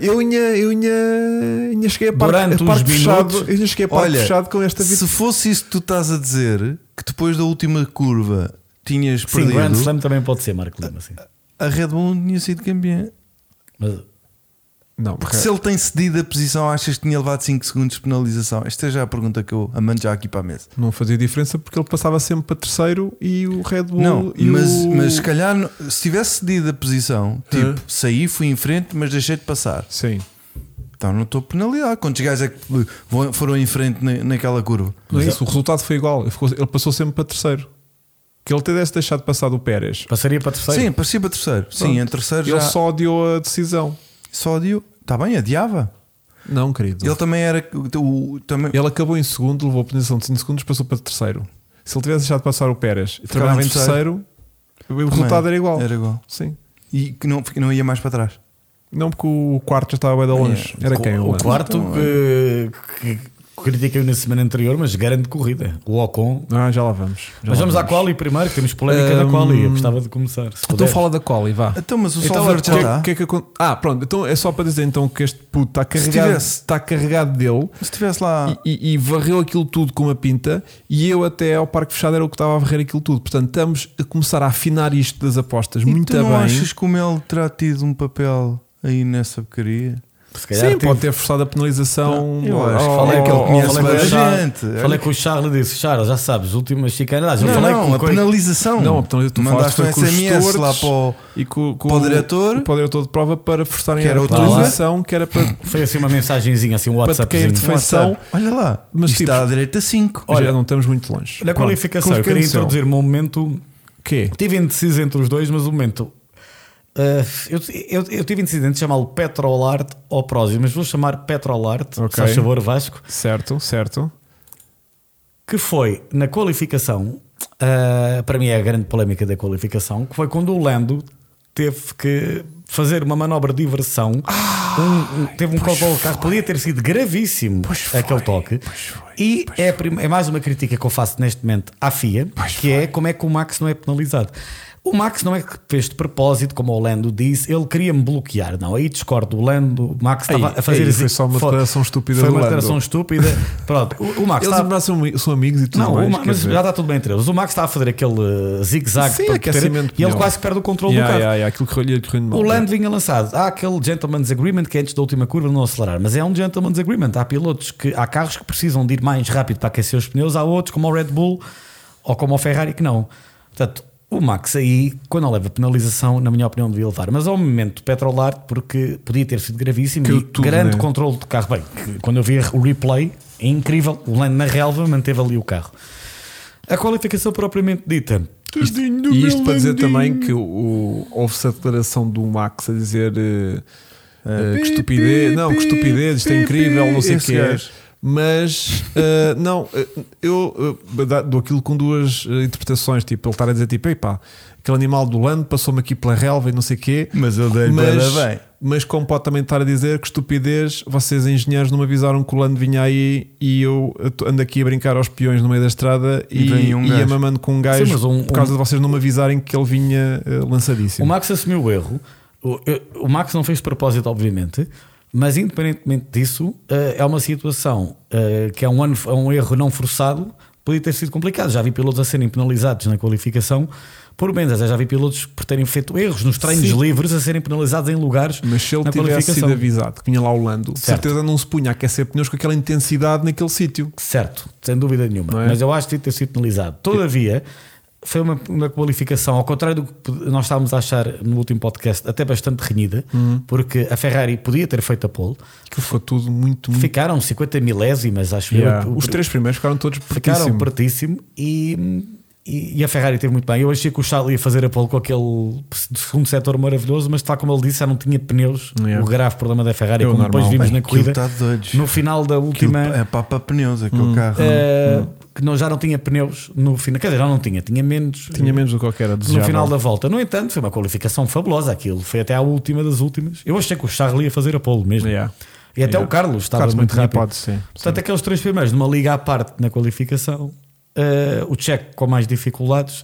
ainda cheguei a Durante parte uns fechado. minutos. Eu ainda cheguei a parte Olha, fechado com esta vida. se fosse isso que tu estás a dizer, que depois da última curva tinhas Sim, Grand perdido, Slam também pode ser, Marco Lima. Sim. a Red Bull não tinha sido campeã. Mas, Não, Porque se ele tem cedido a posição, achas que tinha levado 5 segundos de penalização? Esta é já a pergunta que eu mando já aqui para a mesa. não fazia diferença porque ele passava sempre para terceiro e o Red Bull. Não, e mas se calhar se tivesse cedido a posição, tipo, saí, fui em frente, mas deixei de passar. Sim. Então não estou penalizado. Quantos gajos é que foram em frente naquela curva? Não é isso, o resultado foi igual. Ele passou sempre para terceiro. Que ele tivesse deixado de passar do Pérez. passaria para terceiro? Sim, parecia para terceiro. Sim, em terceiro Ele já só odiou a decisão. só odiou. Está bem, adiava. Não, querido. Ele também era. Também... Ele acabou em segundo, levou a posição de 5 segundos, passou para terceiro. Se ele tivesse deixado de passar o Pérez e trabalhava em terceiro, o resultado era igual. Era igual. Sim. E que não ia mais para trás. Não, porque o quarto já estava bem de longe. Era quem? O quarto que critiquei na semana anterior, mas grande corrida. O Ocon. Já lá vamos. Mas vamos à quali primeiro, que temos polémica da quali. Eu gostava de começar. Se Então puder. fala da quali, vá. Então, mas o Então, Sol Verde já está. Que é que pronto, então é só para dizer então que este puto está carregado dele Se estivesse lá. e varreu aquilo tudo com uma pinta e eu até ao parque fechado era o que estava a varrer aquilo tudo. Portanto, estamos a começar a afinar isto das apostas muito tu não bem. achas que o Mel terá tido um papel aí nessa porcaria? Se calhar Sim, pode ter forçado a penalização. Eu acho que Falei que ele conhece falei bem com o a Charles, gente. falei com o Charles e disse: Charles, já sabes, últimas chicanas. Eu Não, falei não, com a penalização. Não, a penalização tu falaste Mandaste um foi com os SMS stewards lá para o. e com para o diretor. para o diretor de prova para forçarem Que era a o penalização que era para Foi assim uma mensagenzinha, assim um para WhatsApp. quem é de feição. Olha lá, Mas isto tipo- está à direita 5. Olha, não estamos muito longe. Na qualificação, eu queria introduzir um momento. Quê? Tive indeciso entre os dois, mas o momento. Eu tive indeciso entre chamá-lo Petrolart ou Prozio, mas vou chamar Petrolart, Ok. se faz favor, Vasco. Certo. Que foi na qualificação, para mim é a grande polémica da qualificação, que foi quando o Lando teve que fazer uma manobra de inversão. Teve um toque ao carro, podia ter sido gravíssimo aquele toque. E é mais uma crítica que eu faço neste momento à FIA, que é como é que o Max não é penalizado. O Max não é que fez de propósito, como o Lando disse, ele queria-me bloquear. Não, aí discordo. O Lando, o Max estava a fazer foi só uma declaração estúpida Foi do uma Lando. declaração estúpida. Pronto, o Max Eles estava... são amigos e tudo Não, mais. mas já está tudo bem entre eles. O Max está a fazer aquele zigue-zague Sim, para aquecimento de e ele pneu. quase perde o controle do carro. Aquilo que lhe correu de mal. O Lando vinha lançado. Há aquele gentleman's agreement que é antes da última curva não acelerar, mas é um gentleman's agreement. Há pilotos há carros que precisam de ir mais rápido para aquecer os pneus, há outros como o Red Bull ou como o Ferrari que não. Portanto, O Max aí, quando ele leva penalização, na minha opinião, devia levar. Mas ao momento Petrolar, porque podia ter sido gravíssimo e grande controle do carro. Bem, quando eu vi o replay, é incrível. O Lando na relva manteve ali o carro. A qualificação propriamente dita. Isto para dizer também que houve-se a declaração do Max a dizer que estupidez, não, que estupidez, isto é incrível, não sei o que é. Mas não, eu dou aquilo com duas interpretações. Tipo, ele estar a dizer tipo, epá, aquele animal do Lando passou-me aqui pela relva e não sei o quê. Mas eu dei bem. Mas como pode também estar a dizer que estupidez, vocês engenheiros não me avisaram que o Lando vinha aí e eu ando aqui a brincar aos peões no meio da estrada e ia mamando com um gajo. Sim, por causa de vocês não me avisarem que ele vinha lançadíssimo. O Max assumiu o erro. O Max não fez de propósito, obviamente, mas independentemente disso, é uma situação que é um erro não forçado. Podia ter sido complicado. Já vi pilotos a serem penalizados na qualificação por menos. Já vi pilotos por terem feito erros nos treinos livres a serem penalizados em lugares. Mas se ele tivesse sido avisado que vinha lá o Lando, de certeza não se punha a aquecer pneus com aquela intensidade naquele sítio. Certo, sem dúvida nenhuma. Mas eu acho que devia ter sido penalizado. Todavia, foi uma qualificação, ao contrário do que nós estávamos a achar no último podcast, até bastante renhida, porque a Ferrari podia ter feito a pole. Que foi tudo muito. Ficaram 50 milésimas, acho eu. Os três primeiros ficaram todos pertíssimo e a Ferrari teve muito bem. Eu achei que o Charles ia fazer a pole com aquele segundo setor maravilhoso, mas tal como ele disse, já não tinha pneus. O grave problema da Ferrari, como depois vimos na corrida, no final da última. É papa pneus aquele carro. Que já não tinha pneus no final, quer dizer, já não tinha menos. Tinha menos do que qualquer no final da volta. No entanto, foi uma qualificação fabulosa. Aquilo foi até a última das últimas. Eu achei que o Charles ia fazer a pole mesmo. E até o Carlos estava muito rápido. Portanto, aqueles três primeiros numa liga à parte na qualificação. O Checo com mais dificuldades,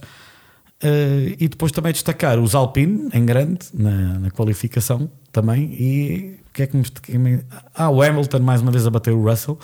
e depois também destacar os Alpine em grande na qualificação também. E o que é que o Hamilton mais uma vez a bater o Russell.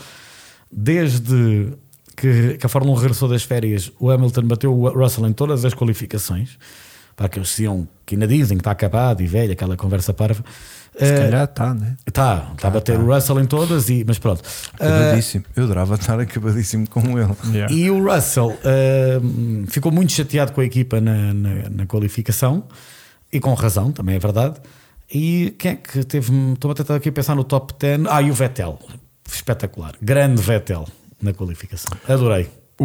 Desde que a Fórmula 1 regressou das férias, o Hamilton bateu o Russell em todas as qualificações. Para que eles que ainda dizem que está acabado e velho, aquela conversa parva. Se calhar está, né? Está a bater o Russell em todas, mas pronto. Acabadíssimo. Eu adorava estar acabadíssimo com ele. E o Russell ficou muito chateado com a equipa na qualificação, e com razão, também é verdade. E quem é que teve? Estou a tentar aqui pensar no top 10. E o Vettel, espetacular, grande Vettel na qualificação, adorei.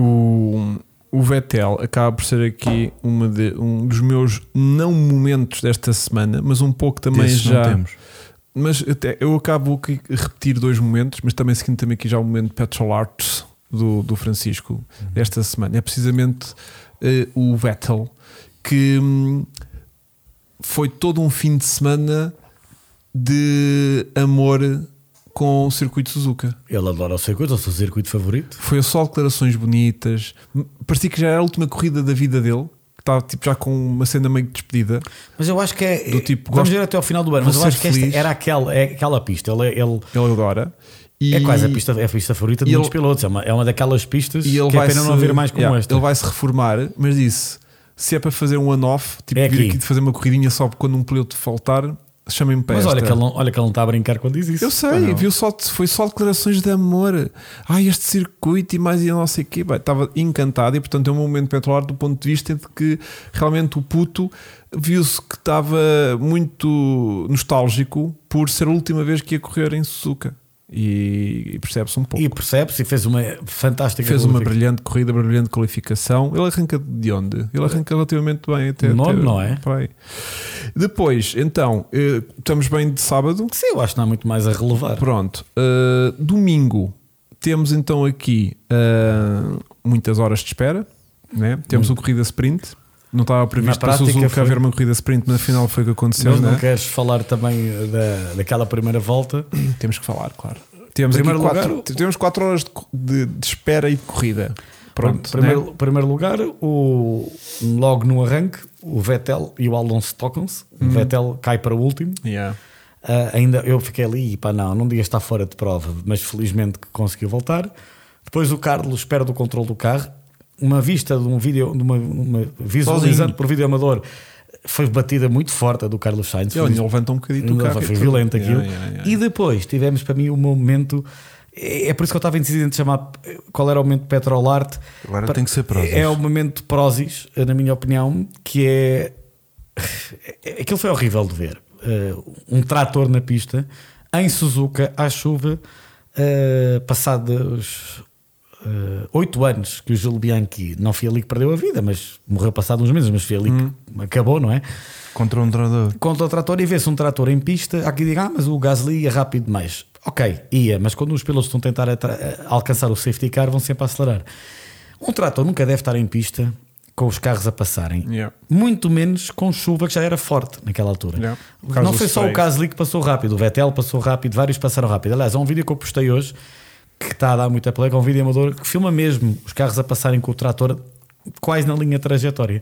O Vettel acaba por ser aqui um dos meus não momentos desta semana, mas um pouco também desses já temos. Mas até eu acabo aqui a repetir dois momentos, mas também seguindo também aqui já o momento Petrolart do Francisco desta semana. É precisamente o Vettel, que foi todo um fim de semana de amor com o circuito Suzuka. Ele adora o circuito, é o seu circuito favorito. Foi só declarações bonitas. Parecia que já era a última corrida da vida dele, que estava tipo, já com uma cena meio despedida. Mas eu acho que é do tipo, vamos ver até ao final do ano, mas eu acho que esta era aquela pista. Ele adora. É quase a pista favorita de muitos pilotos. É uma daquelas pistas que é pena não haver mais como esta. Ele vai se reformar, mas disse: se é para fazer um one-off, tipo vir aqui de fazer uma corridinha só quando um piloto faltar, chamem-me para esta. Mas olha que ele não está a brincar quando diz isso. Eu sei, foi só declarações de amor. Este circuito e mais e não sei o quê. Estava encantado, e portanto é um momento Petrolar do ponto de vista de que realmente o puto viu-se que estava muito nostálgico por ser a última vez que ia correr em Suzuka. E percebe-se um pouco. E percebe-se, e fez uma fantástica uma brilhante corrida, brilhante qualificação. Ele arranca de onde? Ele arranca relativamente bem até não é? Depois, então, estamos bem de sábado. Sim, eu acho que não há muito mais a relevar. Pronto, domingo temos então aqui muitas horas de espera, né? Temos uma corrida sprint. Não estava previsto para Suzuka haver uma corrida sprint, mas afinal foi o que aconteceu. Mas não queres falar também daquela primeira volta? Temos que falar, claro. Temos 4 horas de espera e de corrida. Pronto. Primeiro lugar, logo no arranque, o Vettel e o Alonso tocam-se. O Vettel cai para o último. Ainda eu fiquei ali e não devia estar fora de prova, mas felizmente que conseguiu voltar. Depois o Carlos perde o controle do carro. Uma vista de um vídeo, uma visualizando por vídeo amador, foi batida muito forte a do Carlos Sainz. Ele levanta um bocadinho do carro. Foi violento aquilo. E depois tivemos para mim um momento. É por isso que eu estava indeciso de chamar qual era o momento Petrolarte. Agora tem que ser Prozis. É o momento Prozis, na minha opinião, que é. Aquilo foi horrível de ver. Um trator na pista, em Suzuka, à chuva, passados 8 anos que o Júlio Bianchi, não foi ali que perdeu a vida, mas morreu passado uns meses, mas foi ali que acabou, não é? Contra um trator. Contra o trator, e vê-se um trator em pista. Há quem diga, mas o Gasly ia rápido demais. Ok, ia, mas quando os pilotos estão a tentar alcançar o safety car, vão sempre a acelerar. Um trator nunca deve estar em pista com os carros a passarem, muito menos com chuva, que já era forte naquela altura. Não foi só o Gasly que passou rápido, o Vettel passou rápido, vários passaram rápido. Aliás, há um vídeo que eu postei hoje que está a dar muita polémica, um vídeo amador que filma mesmo os carros a passarem com o trator quase na linha de trajetória.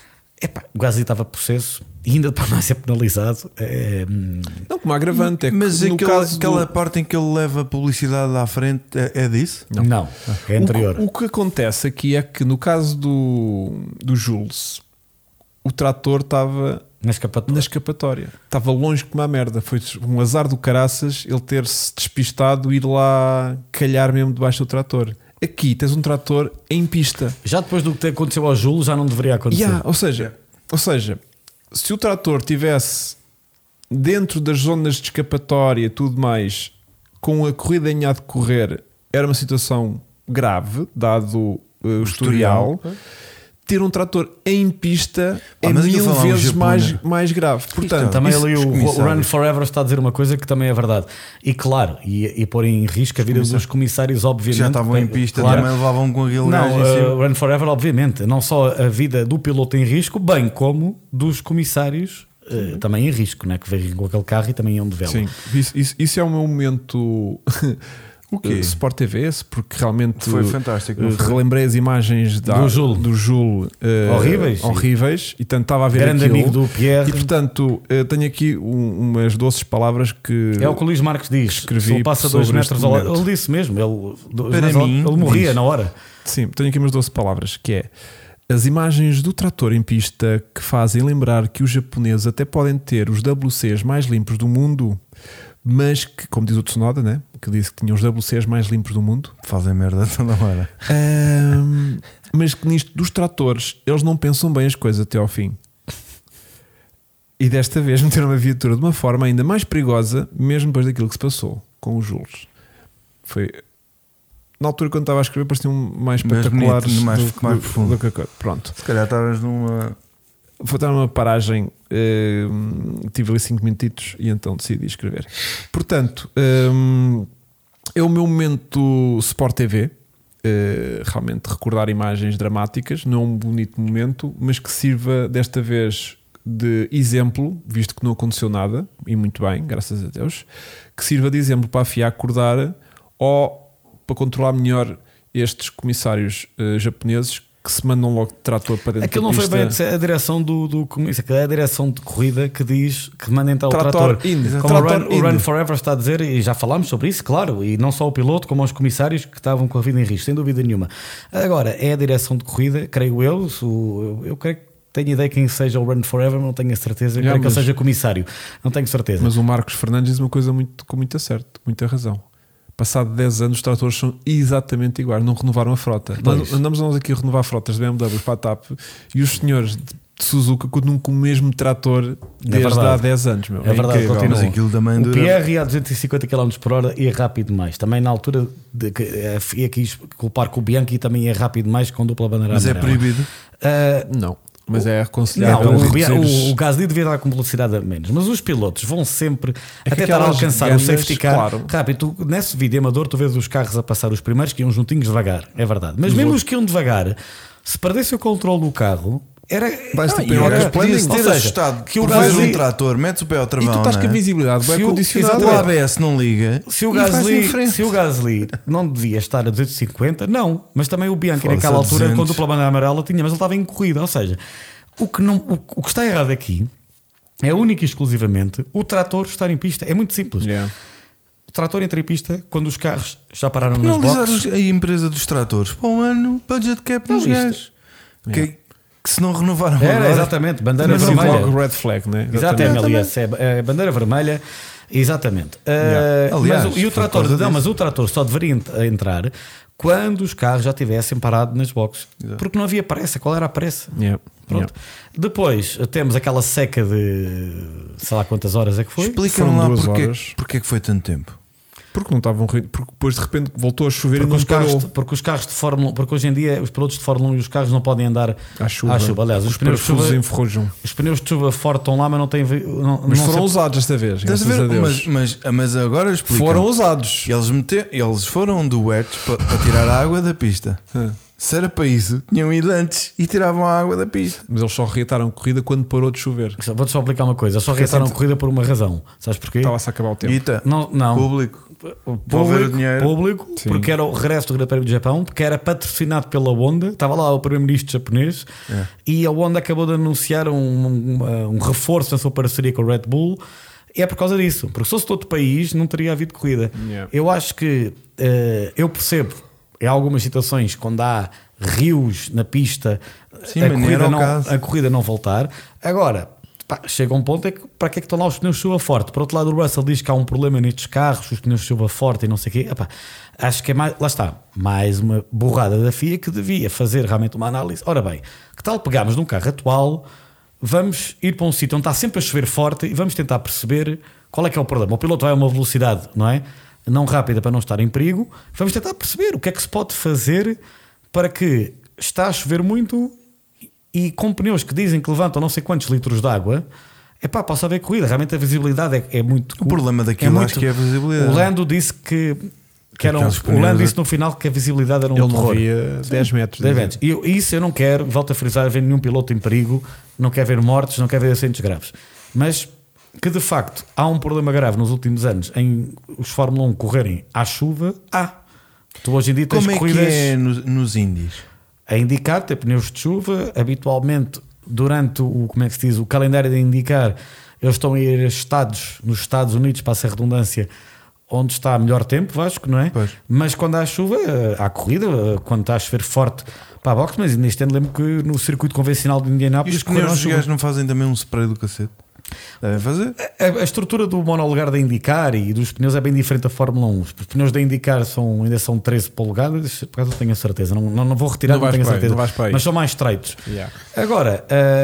O Gasly estava possesso e ainda para mais ser penalizado. Não, como agravante. Mas aquela parte em que ele leva a publicidade à frente é disso? Não, é anterior. O que acontece aqui é que no caso do Jules, o trator estava na escapatória. Estava longe como a merda. Foi um azar do caraças ele ter-se despistado e ir lá calhar mesmo debaixo do trator. Aqui tens um trator em pista. Já depois do que aconteceu ao Júlio, já não deveria acontecer. Ou seja, se o trator tivesse dentro das zonas de escapatória e tudo mais, com a corrida em a decorrer, era uma situação grave, dado o historial. Ter um trator em pista é 1000 vezes mais grave. Portanto, também ali o Run Forever está a dizer uma coisa que também é verdade. E claro, e pôr em risco a vida dos comissários, obviamente. Já estavam em pista, claro, também levavam com aquele gajo em cima. Run Forever, obviamente. Não só a vida do piloto em risco, bem como dos comissários também em risco, né? Que veio com aquele carro e também iam de vela. Sim, isso é o meu momento. O quê? Sport TV, porque realmente foi fantástico. Relembrei as imagens do Jules horríveis e tanto estava a ver grande aquilo, amigo do Pierre. E portanto tenho aqui umas doces palavras que é o que o Luís Marques diz. Escrevi. Se ele passa 2 metros ao lado, ele disse mesmo, ele morria na hora. Sim, tenho aqui umas 12 palavras que é: as imagens do trator em pista que fazem lembrar que os japoneses até podem ter os WCs mais limpos do mundo, mas que, como diz o Tsunoda, né, que disse que tinha os WCs mais limpos do mundo, fazem merda toda hora. Mas que nisto dos tratores eles não pensam bem as coisas até ao fim. E desta vez meteram uma viatura de uma forma ainda mais perigosa, mesmo depois daquilo que se passou com os Jules. Foi na altura, quando estava a escrever, pareciam mais espetaculares, mais profundo. Pronto. Se calhar estavas numa. Vou dar uma paragem, tive ali 5 minutitos e então decidi escrever. Portanto, é o meu momento Sport TV. Realmente recordar imagens dramáticas, não é um bonito momento, mas que sirva desta vez de exemplo, visto que não aconteceu nada, e muito bem, graças a Deus, que sirva de exemplo para a FIA acordar ou para controlar melhor estes comissários japoneses que se mandam logo de trator para dentro. Aquilo não pista. foi bem a direção do é a direção de corrida que diz que manda entrar o trator. Como o Run Forever está a dizer, e já falámos sobre isso, claro, e não só o piloto, como os comissários que estavam com a vida em risco, sem dúvida nenhuma. Agora, é a direção de corrida, creio eu creio que tenho ideia quem seja o Run Forever, não tenho a certeza, creio que ele seja comissário, não tenho certeza. Mas o Marcos Fernandes diz uma coisa com muito acerto, muita razão. Passado 10 anos os tratores são exatamente iguais, não renovaram a frota. Andamos nós aqui a renovar frotas de BMW para a TAP e os senhores de Suzuka continuam com o mesmo trator desde há 10 anos. Meu. É verdade, mas aquilo também o Pierre ia a 250 km por hora e é rápido demais. Também na altura a FIA quis culpar que o Bianchi também é rápido demais com dupla bandeira amarela. Mas é proibido? Não. Mas é aconselhável. O Gasly devia dar com velocidade a menos, mas os pilotos vão sempre até estar a alcançar o safety car. Claro. Rápido, nesse vídeo amador, tu vês os carros a passar os primeiros que iam juntinhos devagar, é verdade. Mas mesmo os que iam devagar, se perdesse o controle do carro, era podia-se ter assustado que o Gasly um trator, metes o pé ao travão. E tu estás com a visibilidade bem condicionada. O ABS não liga. Se o Gasly não devia estar a 250, não, mas também o Bianchi naquela altura, com dupla bandeira amarela, tinha, mas ele estava em corrida. Ou seja, o que está errado aqui é único e exclusivamente o trator estar em pista. É muito simples. O trator entra em pista quando os carros já pararam nas boxes. A empresa dos tratores para um ano, budget cap nos gajos. Que se não renovaram exatamente, bandeira vermelha. Logo red flag, né? Exatamente, aliás, é bandeira vermelha. Exatamente. Aliás, mas, e o foi por trator, causa não, disso. mas o trator só deveria entrar quando os carros já tivessem parado nas boxes. Exato. Porque não havia pressa. Qual era a pressa? Yeah. Pronto. Depois temos aquela seca de sei lá quantas horas é que foi. Explica-me Foram lá 2 porque horas. é que foi tanto tempo. Porque não estavam. Porque depois de repente voltou a chover Porque e não os, carros, parou. porque os carros de Fórmula 1, porque hoje em dia os pilotos de Fórmula 1 e os carros não podem andar À chuva. Aliás, os pneus de parafusos chuva, enferrujam. os pneus de chuva forte estão lá, mas não têm. Mas foram usados desta vez. Estás a Graças a ver? Deus. Mas agora explica. Foram usados. Eles foram duetos para tirar a água da pista. Se era para isso, tinham ido antes e tiravam a água da pista. Mas eles só reataram a corrida quando parou de chover. Vou-te só explicar uma coisa. Só reataram a corrida por uma razão. Sabes porquê? Estava-se a acabar o tempo. Guita, Não. público. Vou ver o dinheiro. Público, Sim. porque era o regresso do Grande Prémio do Japão, porque era patrocinado pela Honda. Estava lá o primeiro-ministro japonês e a Honda acabou de anunciar um reforço na sua parceria com o Red Bull. E é por causa disso, porque se fosse de outro país não teria havido corrida. Yeah. Eu acho que eu percebo em algumas situações quando há rios na pista, Sim, mas nem era o caso. a corrida não voltar. Agora, pá, chega um ponto é que para que é que estão lá os pneus de chuva forte? Por outro lado, o Russell diz que há um problema nestes carros, os pneus de chuva forte e não sei o quê. Epá, acho que é mais, lá está, mais uma borrada da FIA que devia fazer realmente uma análise. Ora bem, que tal pegarmos num carro atual, vamos ir para um sítio onde está sempre a chover forte e vamos tentar perceber qual é que é o problema. O piloto vai a uma velocidade, não é? Não rápida para não estar em perigo. Vamos tentar perceber o que é que se pode fazer para que está a chover muito e com pneus que dizem que levantam não sei quantos litros de água, posso haver corrida. Realmente a visibilidade é muito. O problema daquilo acho que é a visibilidade. O Lando disse que eram, Aqueles o Lando pneus disse no final que a visibilidade era um Ele não terror. via 10 metros. 10 metros. E isso eu não quero, volto a frisar, ver nenhum piloto em perigo, não quero ver mortes, não quero ver acidentes graves. Mas que de facto há um problema grave nos últimos anos em os Fórmula 1 correrem à chuva, tu hoje em dia tens Como é corridas que é nos Indies? a indicar, ter pneus de chuva, habitualmente durante como é que se diz, o calendário de indicar, eles estão a ir a estados, nos Estados Unidos, passa a redundância, onde está melhor tempo, Vasco, não é? Pois. Mas quando há chuva, há corrida, quando está a chover forte para a boxe, mas neste ano lembro que no circuito convencional de E Indianápolis os pneus dos chuva. gajos não fazem também um spray do cacete? Devem fazer? A estrutura do monolugar da IndyCar e dos pneus é bem diferente da Fórmula 1. Os pneus da IndyCar ainda são 13 polegadas, por causa eu tenho a certeza. Não vou retirar, não tenho a certeza. Mas são mais estreitos. Yeah. Agora,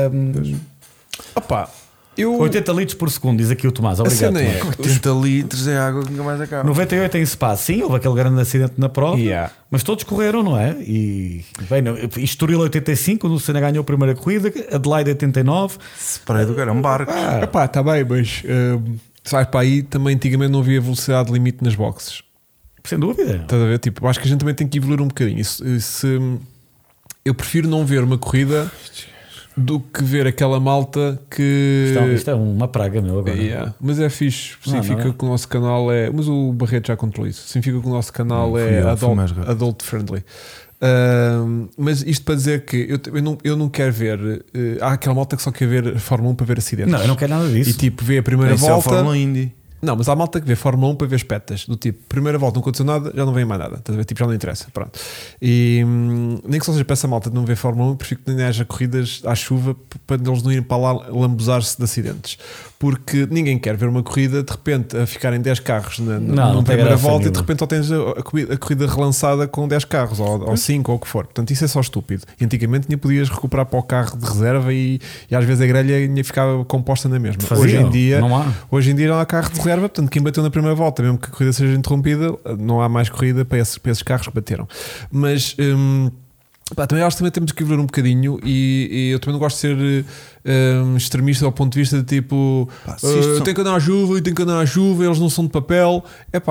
Opa, eu 80 litros por segundo, diz aqui o Tomás. Obrigado, cena é- Tomás. 80 litros é água que nunca mais acaba. 98 em Spa, sim, houve aquele grande acidente na prova, Yeah. mas todos correram, não é? E bem, Estoril 85, quando o Senna ganhou a primeira corrida, Adelaide 89. Spray do cara, é um barco. Epá, está bem, mas sai para aí também antigamente não havia velocidade limite nas boxes. Sem dúvida. Estás a ver? Tipo, acho que a gente também tem que evoluir um bocadinho. Eu prefiro não ver uma corrida do que ver aquela malta que. Isto é uma praga, meu, agora. Yeah. Mas é fixe, significa não é? que o nosso canal é. Mas o Barreto já controlou isso. Significa que o nosso canal Não, fui é eu, fui mais rápido. adult friendly. Mas isto para dizer que eu não quero ver. Há aquela malta que só quer ver Fórmula 1 para ver acidentes. Não, eu não quero nada disso. E tipo, vê a primeira Isso é o volta. Fórmula Indy. Não, mas há malta que vê Fórmula 1 para ver espetas. Do tipo, primeira volta não aconteceu nada, já não vem mais nada. Estás a ver? Tipo, já não interessa. Pronto. E nem que só seja para essa malta de não ver Fórmula 1, prefiro que nem haja corridas à chuva para eles não irem para lá lambuzar-se de acidentes. Porque ninguém quer ver uma corrida de repente a ficarem 10 carros na não tem primeira graça volta e de nenhuma. repente só tens a corrida relançada com 10 carros ou 5 ou o que for. Portanto, isso é só estúpido. E antigamente nem podias recuperar para o carro de reserva e às vezes a grelha ficava composta na mesma. Faziam, não há. Hoje em dia não há carro de reserva, portanto, quem bateu na primeira volta, mesmo que a corrida seja interrompida, não há mais corrida para esses carros que bateram. Mas também acho que também temos que evoluir um bocadinho e eu também não gosto de ser extremista ao ponto de vista de tipo tem que andar à chuva e tem que andar à chuva, eles não são de papel.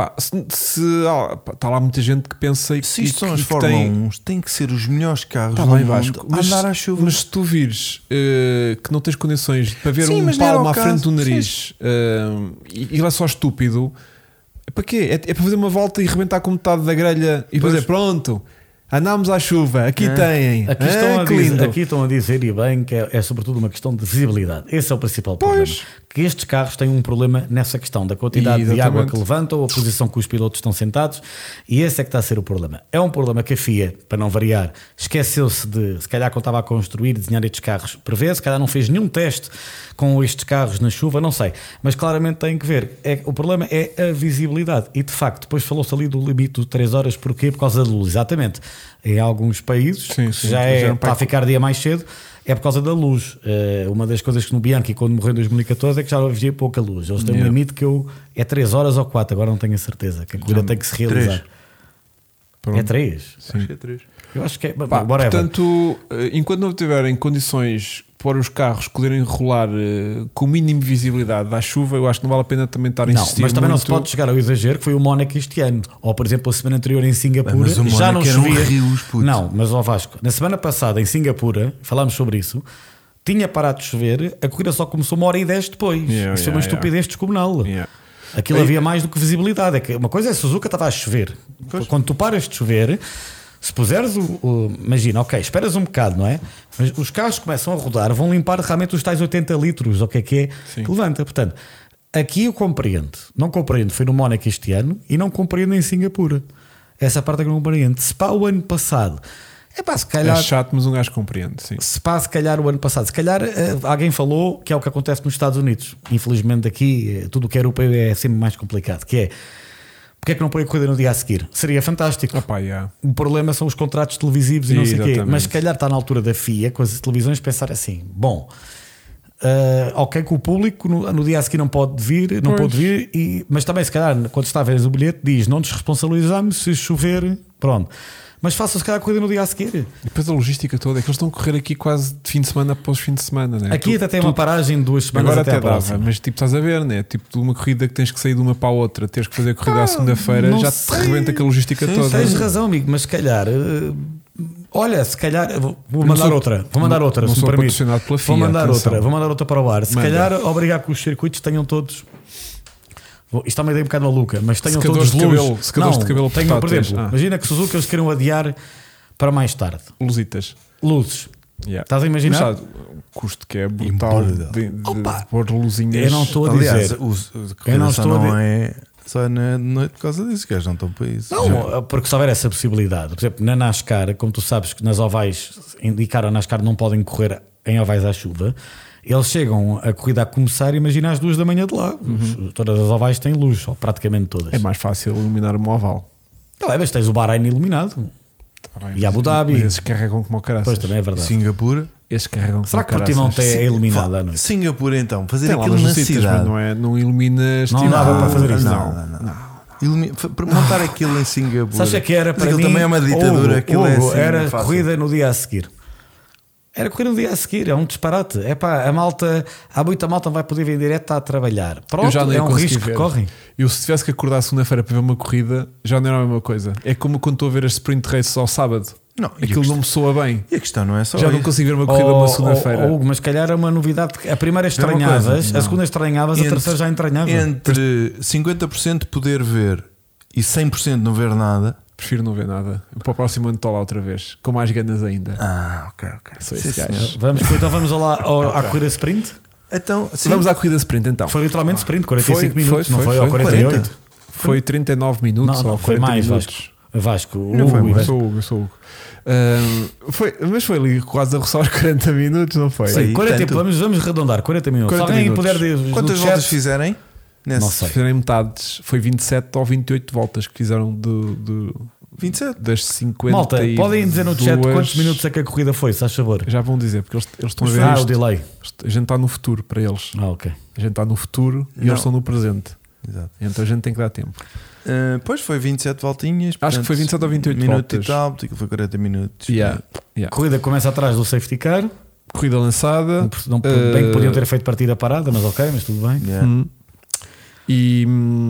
Está lá muita gente que pensa Se isto são as Fórmula 1, tem que ser os melhores carros Tá do bem, mundo Vasco, a andar à chuva. mas se tu vires que não tens condições para ver Sim, um mas não era palmo o à caso. frente do nariz e ele é só estúpido, para quê? É para fazer uma volta e rebentar com metade da grelha e depois Pois. pronto, andámos à chuva, aqui têm. Aqui estão a dizer, e bem, que é sobretudo uma questão de visibilidade. Esse é o principal problema. Que estes carros têm um problema nessa questão da quantidade de água que levantam, a posição que os pilotos estão sentados, e esse é que está a ser o problema. É um problema que a FIA, para não variar, esqueceu-se de, se calhar quando estava a construir e desenhar estes carros, prever, se calhar não fez nenhum teste com estes carros na chuva, não sei, mas claramente tem que ver. O problema é a visibilidade e de facto depois falou-se ali do limite de 3 horas, porquê? Por causa da luz, exatamente. Em alguns países já é para ficar dia mais cedo, é por causa da luz. Uma das coisas que no Bianchi, quando morreu em 2014, é que já havia pouca luz. Eles têm um limite que é 3 horas ou 4, agora não tenho a certeza, que a corrida tem que se realizar. 3. É 3? Sim. Acho que é 3. Eu acho que é. Portanto, enquanto não tiverem condições para os carros poderem rolar com o mínimo de visibilidade da chuva, eu acho que não vale a pena também estar a insistir. Não, mas também muito. não se pode chegar ao exagero que foi o Mónaco este ano. Ou, por exemplo, a semana anterior em Singapura mas o já não Mónaco chovia. rios, puto. Não, mas ó Vasco, na semana passada em Singapura, falámos sobre isso, tinha parado de chover, a corrida só começou 1h10 depois. Isso foi uma estupidez descomunal. Aquilo havia mais do que visibilidade. É que uma coisa é Suzuka, estava a chover. Pois. Quando tu paras de chover, se puseres imagina, ok, esperas um bocado, não é? Mas os carros começam a rodar, vão limpar realmente os tais 80 litros, o que é que levanta. Portanto, aqui eu compreendo. Não compreendo, foi no Mónaco este ano e não compreendo em Singapura. Essa parte é que eu não compreendo. Se para o ano passado, se calhar. É chato, mas um gajo compreende, sim. Se calhar o ano passado, se calhar alguém falou que é o que acontece nos Estados Unidos. Infelizmente aqui tudo o que é europeu é sempre mais complicado, que é porque é que não põe a corrida no dia a seguir? Seria fantástico. O problema são os contratos televisivos e não sei o quê. Mas se calhar está na altura da FIA, com as televisões, pensar assim: bom, ok, que o público no dia a seguir não pode vir, mas também, se calhar, quando está a ver o bilhete, diz: não nos responsabilizamos se chover, pronto. Mas faça se calhar a corrida no dia a seguir. E depois a logística toda é que eles estão a correr aqui quase de fim de semana após fim de semana, né? Aqui até tem uma paragem de 2 semanas. Agora até dava, mas tipo, estás a ver, né? Tipo, de uma corrida que tens que sair de uma para a outra, teres que fazer a corrida à segunda-feira, já te rebenta com a logística toda. Tens razão, amigo, mas se calhar. Olha, se calhar vou mandar outra. Vou mandar outra, se me permite. Vou mandar outra para o ar. Se calhar obrigar que os circuitos tenham todos. Isto está uma ideia um bocado maluca, mas tenham todos luz. Secadores de cabelo tenham, por exemplo, imagina que Suzuka eles queiram adiar para mais tarde. Luzes. Estás a imaginar? Mas, o custo que é brutal de pôr luzinhas. Eu não estou a dizer. Aliás, eu não estou não é só na noite por causa disso, que eles não estão para isso. Não, porque se houver essa possibilidade, por exemplo, na NASCAR, como tu sabes que nas ovais indicaram a NASCAR não podem correr em ovais à chuva. Eles chegam a corrida a começar, imagina às 2 da manhã de lá. Todas as ovais têm luz, ou praticamente todas. É mais fácil iluminar um oval. Não é, mas tens o Bahrein iluminado. E Abu Dhabi. Mas esses carregam como o caraças. Pois também é verdade. Singapura. Esses carregam Será que Portimão é iluminado à noite? Singapura então, fazer tem aquilo na cidade. Não iluminas. Não dava para fazer isso. Para montar aquilo em Singapura. Sabes que era para mim? Também é uma ditadura. Aquilo é assim, era corrida no dia a seguir. Era correr no dia a seguir, é um disparate. É pá, há muita malta não vai poder vir direto, está a trabalhar. Pronto, é um risco que correm. Eu, se tivesse que acordar segunda-feira para ver uma corrida, já não era a mesma coisa. É como quando estou a ver as sprint races ao sábado. Não, aquilo não me soa bem. E a questão não é só já isso. Não consigo ver uma corrida uma segunda-feira. Hugo, mas se calhar é uma novidade. A primeira estranhavas, a segunda estranhavas, a terceira já entranhava. Entre 50% poder ver e 100% não ver nada. Prefiro não ver nada. Para o próximo ano estou lá outra vez, com mais ganas ainda. Ok. Sou esse gajo. Vamos lá à corrida sprint? Então, vamos à corrida sprint então. Foi literalmente sprint, 45 minutos, não foi? Ou 48? 40. Foi 39 minutos ou 40 foi mais, minutos. Vasco. Eu sou o Hugo. Mas foi ali quase a roçar os 40 minutos, não foi? Sim, 40, vamos arredondar, 40 minutos. 40 Se alguém minutos. puder quantas voltas fizerem? Não sei. Fizerem metades, foi 27 ou 28 voltas que fizeram de 27 das 50. Malta, podem dizer no chat quantos minutos é que a corrida foi, se faz favor. Já vão dizer, porque eles estão a ver isto. O delay. A gente está no futuro para eles. Ok. A gente está no futuro e eles estão no presente. Exato. Então a gente tem que dar tempo. Pois foi 27 voltinhas. Acho que foi 27 ou 28 minuto voltas. E tal, porque foi 40 minutos. A corrida começa atrás do safety car. Corrida lançada. Bem que podiam ter feito partida parada, mas ok, mas tudo bem. E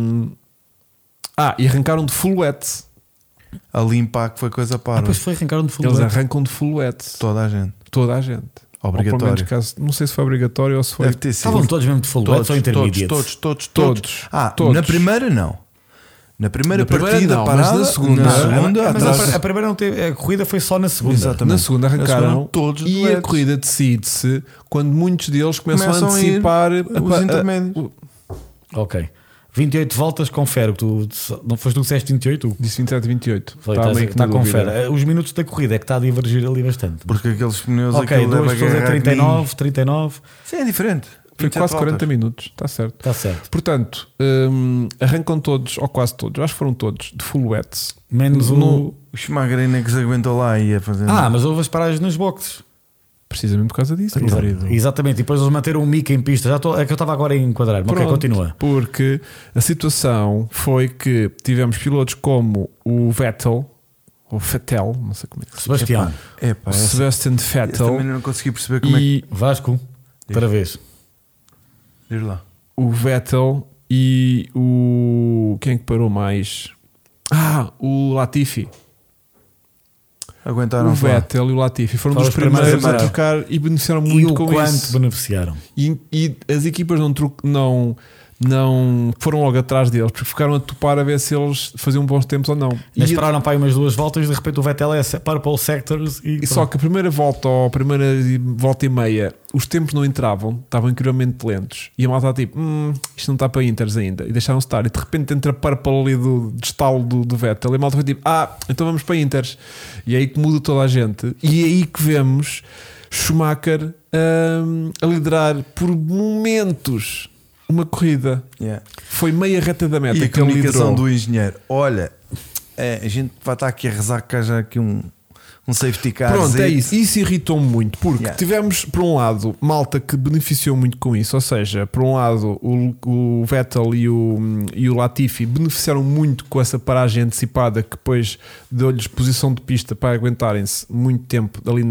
arrancaram de full wet. A limpar que foi coisa para. Depois arrancaram de full Eles wet. arrancam de full wet. Toda a gente. Obrigatório. Caso, não sei se foi obrigatório ou se foi. Deve ter sido. Estavam todos mesmo de full wet ou intermediate? Todos. Todos. Na primeira não. Na primeira partida não, parada, mas na segunda. Mas a primeira não teve, a corrida foi só na segunda. Exatamente. Na segunda arrancaram todos e a corrida decide-se quando muitos deles começam a antecipar os intermédios. Ok. 28 voltas, confere. Não foste tu que disseste 28? Disse 27 e 28. Está confere. Os minutos da corrida é que está a divergir ali bastante. Porque aqueles pneus ok, duas pessoas é 39. Sim, é diferente. Foi 27 quase 40 voltas. minutos, está certo. Está certo. Portanto, arrancam todos, ou quase todos, acho que foram todos, de full wets. Menos No- O Schumacher ainda que se aguentou lá e ia fazendo. mas houve as paragens nos boxes. Precisamente por causa disso, meu querido. Exatamente. E depois eles manteram o Mick em pista. É que eu estava agora a enquadrar. Mas ok, Pronto, continua. Porque a situação foi que tivemos pilotos como o Vettel, ou Vettel, não sei como é que se chama. Sebastião. Epá, O Sebastian esse Vettel também não consegui perceber como é que. e Vasco, outra vez. Diz lá. o Vettel e o. Quem é que parou mais? O Latifi. Aguentaram O lá. Vettel e o Latifi foram Foram dos os primeiros primeiros a a parar. trocar e beneficiaram E muito o com quanto isso. beneficiaram. E as equipas não foram logo atrás deles, porque ficaram a topar a ver se eles faziam bons tempos ou não. Mas E pararam para aí umas 2 voltas. De repente o Vettel é Purple Sectors. E só que a primeira volta ou a primeira volta e meia os tempos não entravam, estavam incrivelmente lentos e a malta estava tipo, isto não está para Inters ainda, e deixaram-se estar, e de repente entra Purple ali do estalo do Vettel e a malta foi tipo, então vamos para Inters, e é aí que muda toda a gente, e é aí que vemos Schumacher a liderar por momentos uma corrida. Yeah. Foi meia reta da meta E a que ele comunicação liderou. do engenheiro. Olha, a gente vai estar aqui a rezar que haja aqui um safety car. Pronto, é isso. Isso irritou-me muito, porque Yeah. tivemos, por um lado, malta que beneficiou muito com isso. Ou seja, por um lado, o Vettel e o Latifi beneficiaram muito com essa paragem antecipada que depois deu-lhes posição de pista para aguentarem-se muito tempo ali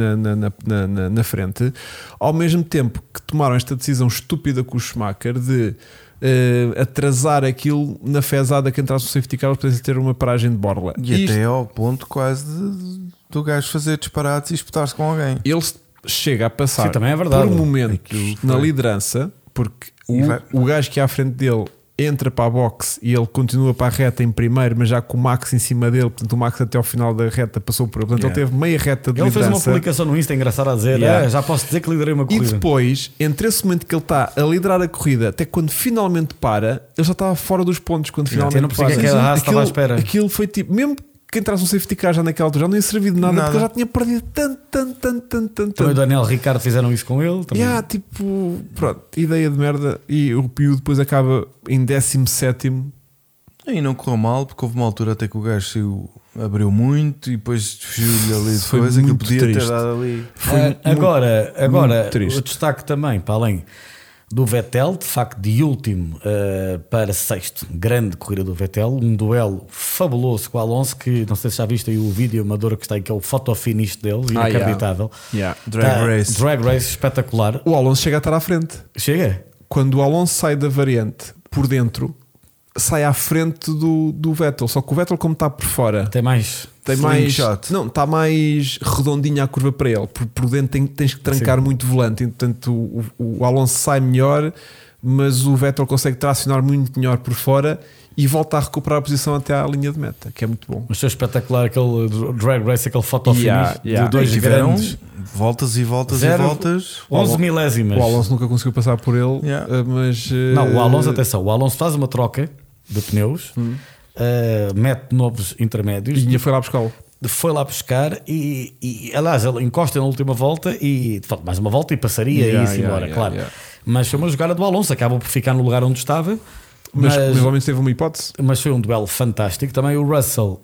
na frente. Ao mesmo tempo que tomaram esta decisão estúpida com o Schumacher de atrasar aquilo na fezada que entrasse o safety car para ter uma paragem de borla. E Isto- até ao ponto quase do gajo fazer disparates e espetar-se com alguém. ele chega a passar Sim, também é verdade. por momentos Aquilo na foi. liderança, porque E vai- o gajo que é à frente dele entra para a box e ele continua para a reta em primeiro, mas já com o Max em cima dele. Portanto, o Max até ao final da reta passou por ele. Portanto, Yeah. ele teve meia reta de Ele fez uma liderança. publicação no Insta engraçada a dizer: Yeah. já posso dizer que liderei uma E corrida. depois, entre esse momento que ele está a liderar a corrida até quando finalmente para, ele já estava fora dos pontos. Quando Yeah, finalmente eu não percebi para. que a Haas estava à espera. Aquilo foi tipo, mesmo que entrasse um safety car já naquela altura, já não ia servir de nada, Nada. porque ele já tinha perdido tanto. Também o Daniel Ricciardo fizeram isso com ele. Também. Tipo, pronto, ideia de merda. E o Pio depois acaba em 17º. E não correu mal, porque houve uma altura até que o gajo saiu, abriu muito e depois fugiu-lhe ali de Foi coisa que ele muito podia triste. ter dado ali. Agora muito triste. o destaque também, para além do Vettel, de facto, de último para sexto, grande corrida do Vettel, um duelo fabuloso com o Alonso, que não sei se já viste aí o vídeo amador que está aí, que é o photo finish dele, inacreditável. Drag race espetacular. O Alonso chega a estar à frente. Chega. Quando o Alonso sai da variante por dentro, sai à frente do Vettel. Só que o Vettel, como está por fora, Tem mais. tem mais, Slingshot. não, está mais redondinha a curva para ele. Por dentro tens que trancar muito o volante. Portanto, o Alonso sai melhor, mas o Vettel consegue tracionar muito melhor por fora e volta a recuperar a posição até à linha de meta, que é muito bom. Mas foi espetacular aquele drag race, aquele photo Yeah, finish yeah. de dois E tiveram grandes. voltas e voltas Zero- e voltas. 11 milésimas. O Alonso nunca conseguiu passar por ele, Yeah. mas Não, o Alonso, atenção, o Alonso faz uma troca de pneus, mete novos intermédios, e ainda foi lá buscá-lo. foi lá buscar e aliás, ele encosta na última volta e de facto, mais uma volta e passaria e ia-se embora, claro. Mas foi uma jogada do Alonso, acabou por ficar no lugar onde estava. Mas ao menos teve uma hipótese. Mas foi um duelo fantástico. Também o Russell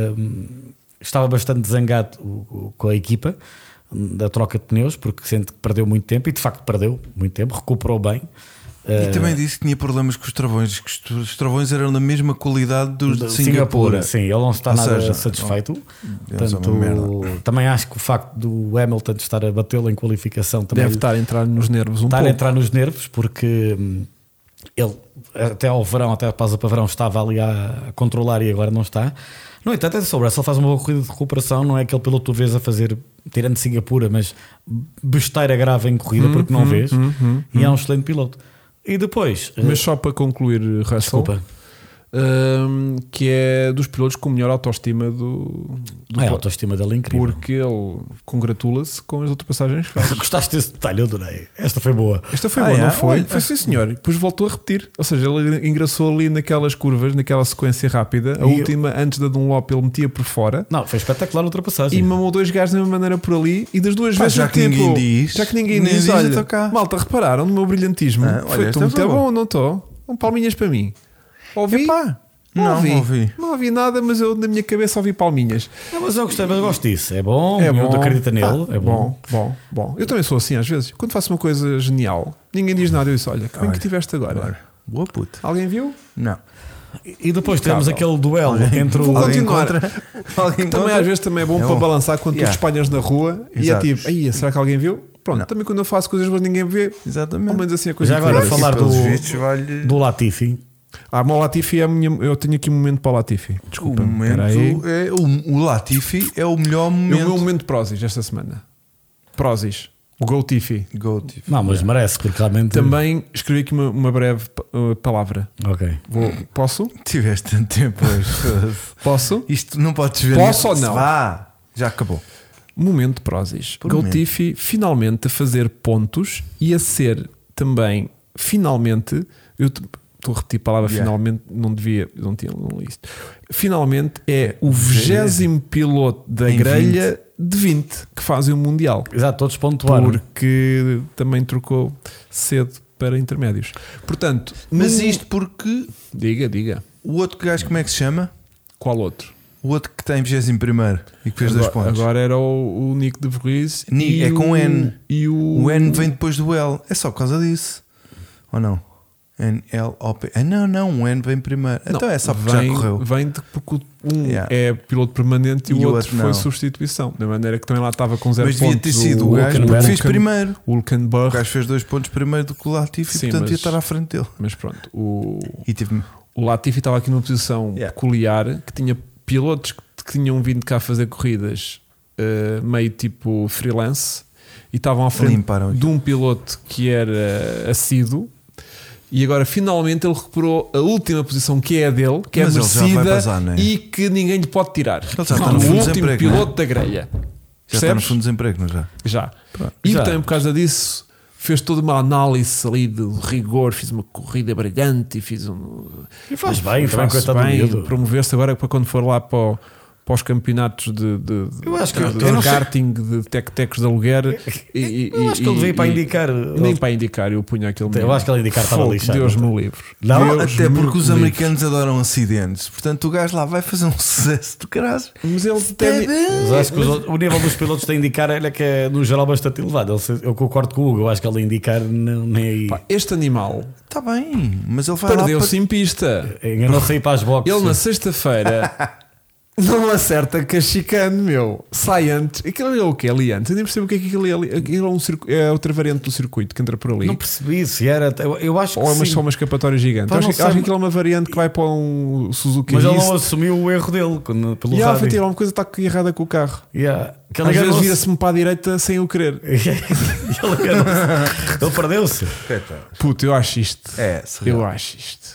estava bastante zangado com a equipa da troca de pneus, porque sente que perdeu muito tempo, e de facto perdeu muito tempo, recuperou bem. E também disse que tinha problemas com os travões, que os travões eram da mesma qualidade dos de Singapura. Sim, ele não está Ou nada seja, satisfeito. eles são Portanto, uma merda. também acho que o facto do Hamilton estar a batê-lo em qualificação também Deve estar a entrar nos nervos um estar pouco. a entrar nos nervos, porque ele até ao verão, até a pausa para verão, estava ali a controlar e agora não está. No entanto, atenção, o Russell faz uma boa corrida de recuperação, não é aquele piloto que tu vês a fazer, tirando Singapura, mas besteira grave em corrida, porque não vês, e é um excelente piloto. E depois, Mas só para concluir, Russell, desculpa, que é dos pilotos com melhor autoestima do A autoestima dele é incrível. porque ele congratula-se com as ultrapassagens que faz. Gostaste desse detalhe? Eu adorei. Esta foi boa. Esta foi boa, não foi? Olha, Foi sim, senhor. E depois voltou a repetir. Ou seja, ele engraçou ali naquelas curvas, naquela sequência rápida. A última, antes da Dunlop, ele metia por fora Não, foi espetacular a ultrapassagem. e mamou 2 gajos da mesma maneira por ali. E das duas Pá, vezes já eu, que ninguém diz, já que ninguém nem diz, diz, olha, eu tô cá. malta, repararam no meu brilhantismo. Ah, olha, Foi esta muito foi boa. bom, não estou? Palminhas para mim. Ouvi? Epá, Não ouvi. ouvi. Não ouvi nada, mas eu na minha cabeça ouvi palminhas. Não, mas eu gostei, mas eu gosto disso. É bom, É o miúdo bom. acredita nele. É bom. Bom. Eu também sou assim às vezes. Quando faço uma coisa genial, ninguém diz nada. Eu disse: olha, como é que tiveste agora? Agora. Boa puta. Alguém viu? Não. E depois temos aquele duelo entre o. Vou Alguém continuar. contra. Alguém Também contra. às vezes também é bom É para bom. balançar quando tu Yeah. espalhas na rua e é Exato. tipo, aí, será que alguém viu? Pronto, Não. também quando eu faço coisas que ninguém vê, Exatamente. ao menos assim a coisa Já agora, que falar E pelos do- vistos, vale... Do Latifi. mas o Latifi é a minha. Eu tenho aqui um momento para o Latifi. Desculpa. O momento é, o Latifi é o melhor É o momento. meu momento Prozis esta semana. Prozis. O Goltifi. Go, Tifi. Não, mas merece, porque realmente. Também escrevi aqui uma breve palavra. Ok. Posso? Tiveste tanto tempo hoje. Posso? Isto não podes ver. Posso ou não? Vá. Já acabou. Momento Prozis. Por Goltifi finalmente a fazer pontos e a ser também finalmente. Eu estou a repetir a palavra Yeah. finalmente, não devia, não li isto. Finalmente é o 20º piloto da Em grelha de 20 que fazem o Mundial. Exato, todos pontuaram. Porque também trocou cedo para intermédios. Portanto, Mas isto porque diga. o outro gajo, como é que se chama? Qual outro? O outro que está em 21º e que fez 2 pontos. Agora era o Nick de Vries. Ni- é com N. E O N vem depois do L. É só por causa disso. Ou não? N, L, O, P. Não, o N vem primeiro. Não, Então é só porque já correu. Vem porque um Yeah. é piloto permanente e o outro foi não. substituição. Da maneira que também lá estava com 0 Mas pontos. devia ter sido o gajo Hulkenberg. porque fez primeiro. O O Hulkenberg. gajo fez 2 pontos primeiro do que o Latifi, Sim, portanto mas- ia estar à frente dele. Mas pronto, o E Latifi estava aqui numa posição Yeah. peculiar, que tinha pilotos que tinham vindo cá fazer corridas meio tipo freelance e estavam à frente Limparam aquilo. de um piloto que era assíduo. E agora finalmente ele recuperou a última posição que é a dele, que Mas é ele já vai merecida passar, não é? e que ninguém lhe pode tirar. já está Não, no o fundo de último desemprego, não é? piloto da grelha. Já está no Percebes? fundo de desemprego, não já? Já. Pronto. E Já. também por causa disso fez toda uma análise ali de rigor, fiz uma corrida brilhante e fiz um. E faz bem, também, Faço coitado do bem, miúdo. promover-se agora para quando for lá para os campeonatos de Eu acho que- de eu não sei- karting, de tec-tecs de aluguer. Eu acho que ele veio para indicar. Nem para indicar, eu punha aquele. Eu acho que ele indicar estava Fogo, lixado. Deus me livre. Não, Deus Até me porque os livre. americanos adoram acidentes. Portanto, o gajo lá vai fazer um sucesso do caralho. Mas ele tem. Mas acho que o nível dos pilotos de indicar é que é no geral bastante elevado. Eu concordo com o Hugo, eu acho que ele indicar nem aí. Pá, este animal Está bem, mas ele vai lá perdeu-se em pista. Enganou-se aí para as boxes. Ele na sexta-feira não acerta com a chicane, meu. Sai antes. Aquilo é o que ali antes? Eu nem percebo o que é que aquilo é ali. Aquilo é outra variante do circuito que entra por ali. Não percebi se era. Eu acho que Ou é sim. só uma escapatória gigante. Pá, Eu não acho sei. que aquilo é uma variante que vai para um Suzuki. Mas ele não East. assumiu o erro dele pelo E rádio. efetivamente uma coisa está errada com o carro. Yeah. Que ele Às vezes enganou-se. vira-se-me para a direita sem o querer. Ele enganou-se. Ele perdeu-se. Puto, eu acho isto. É, Eu acho isto.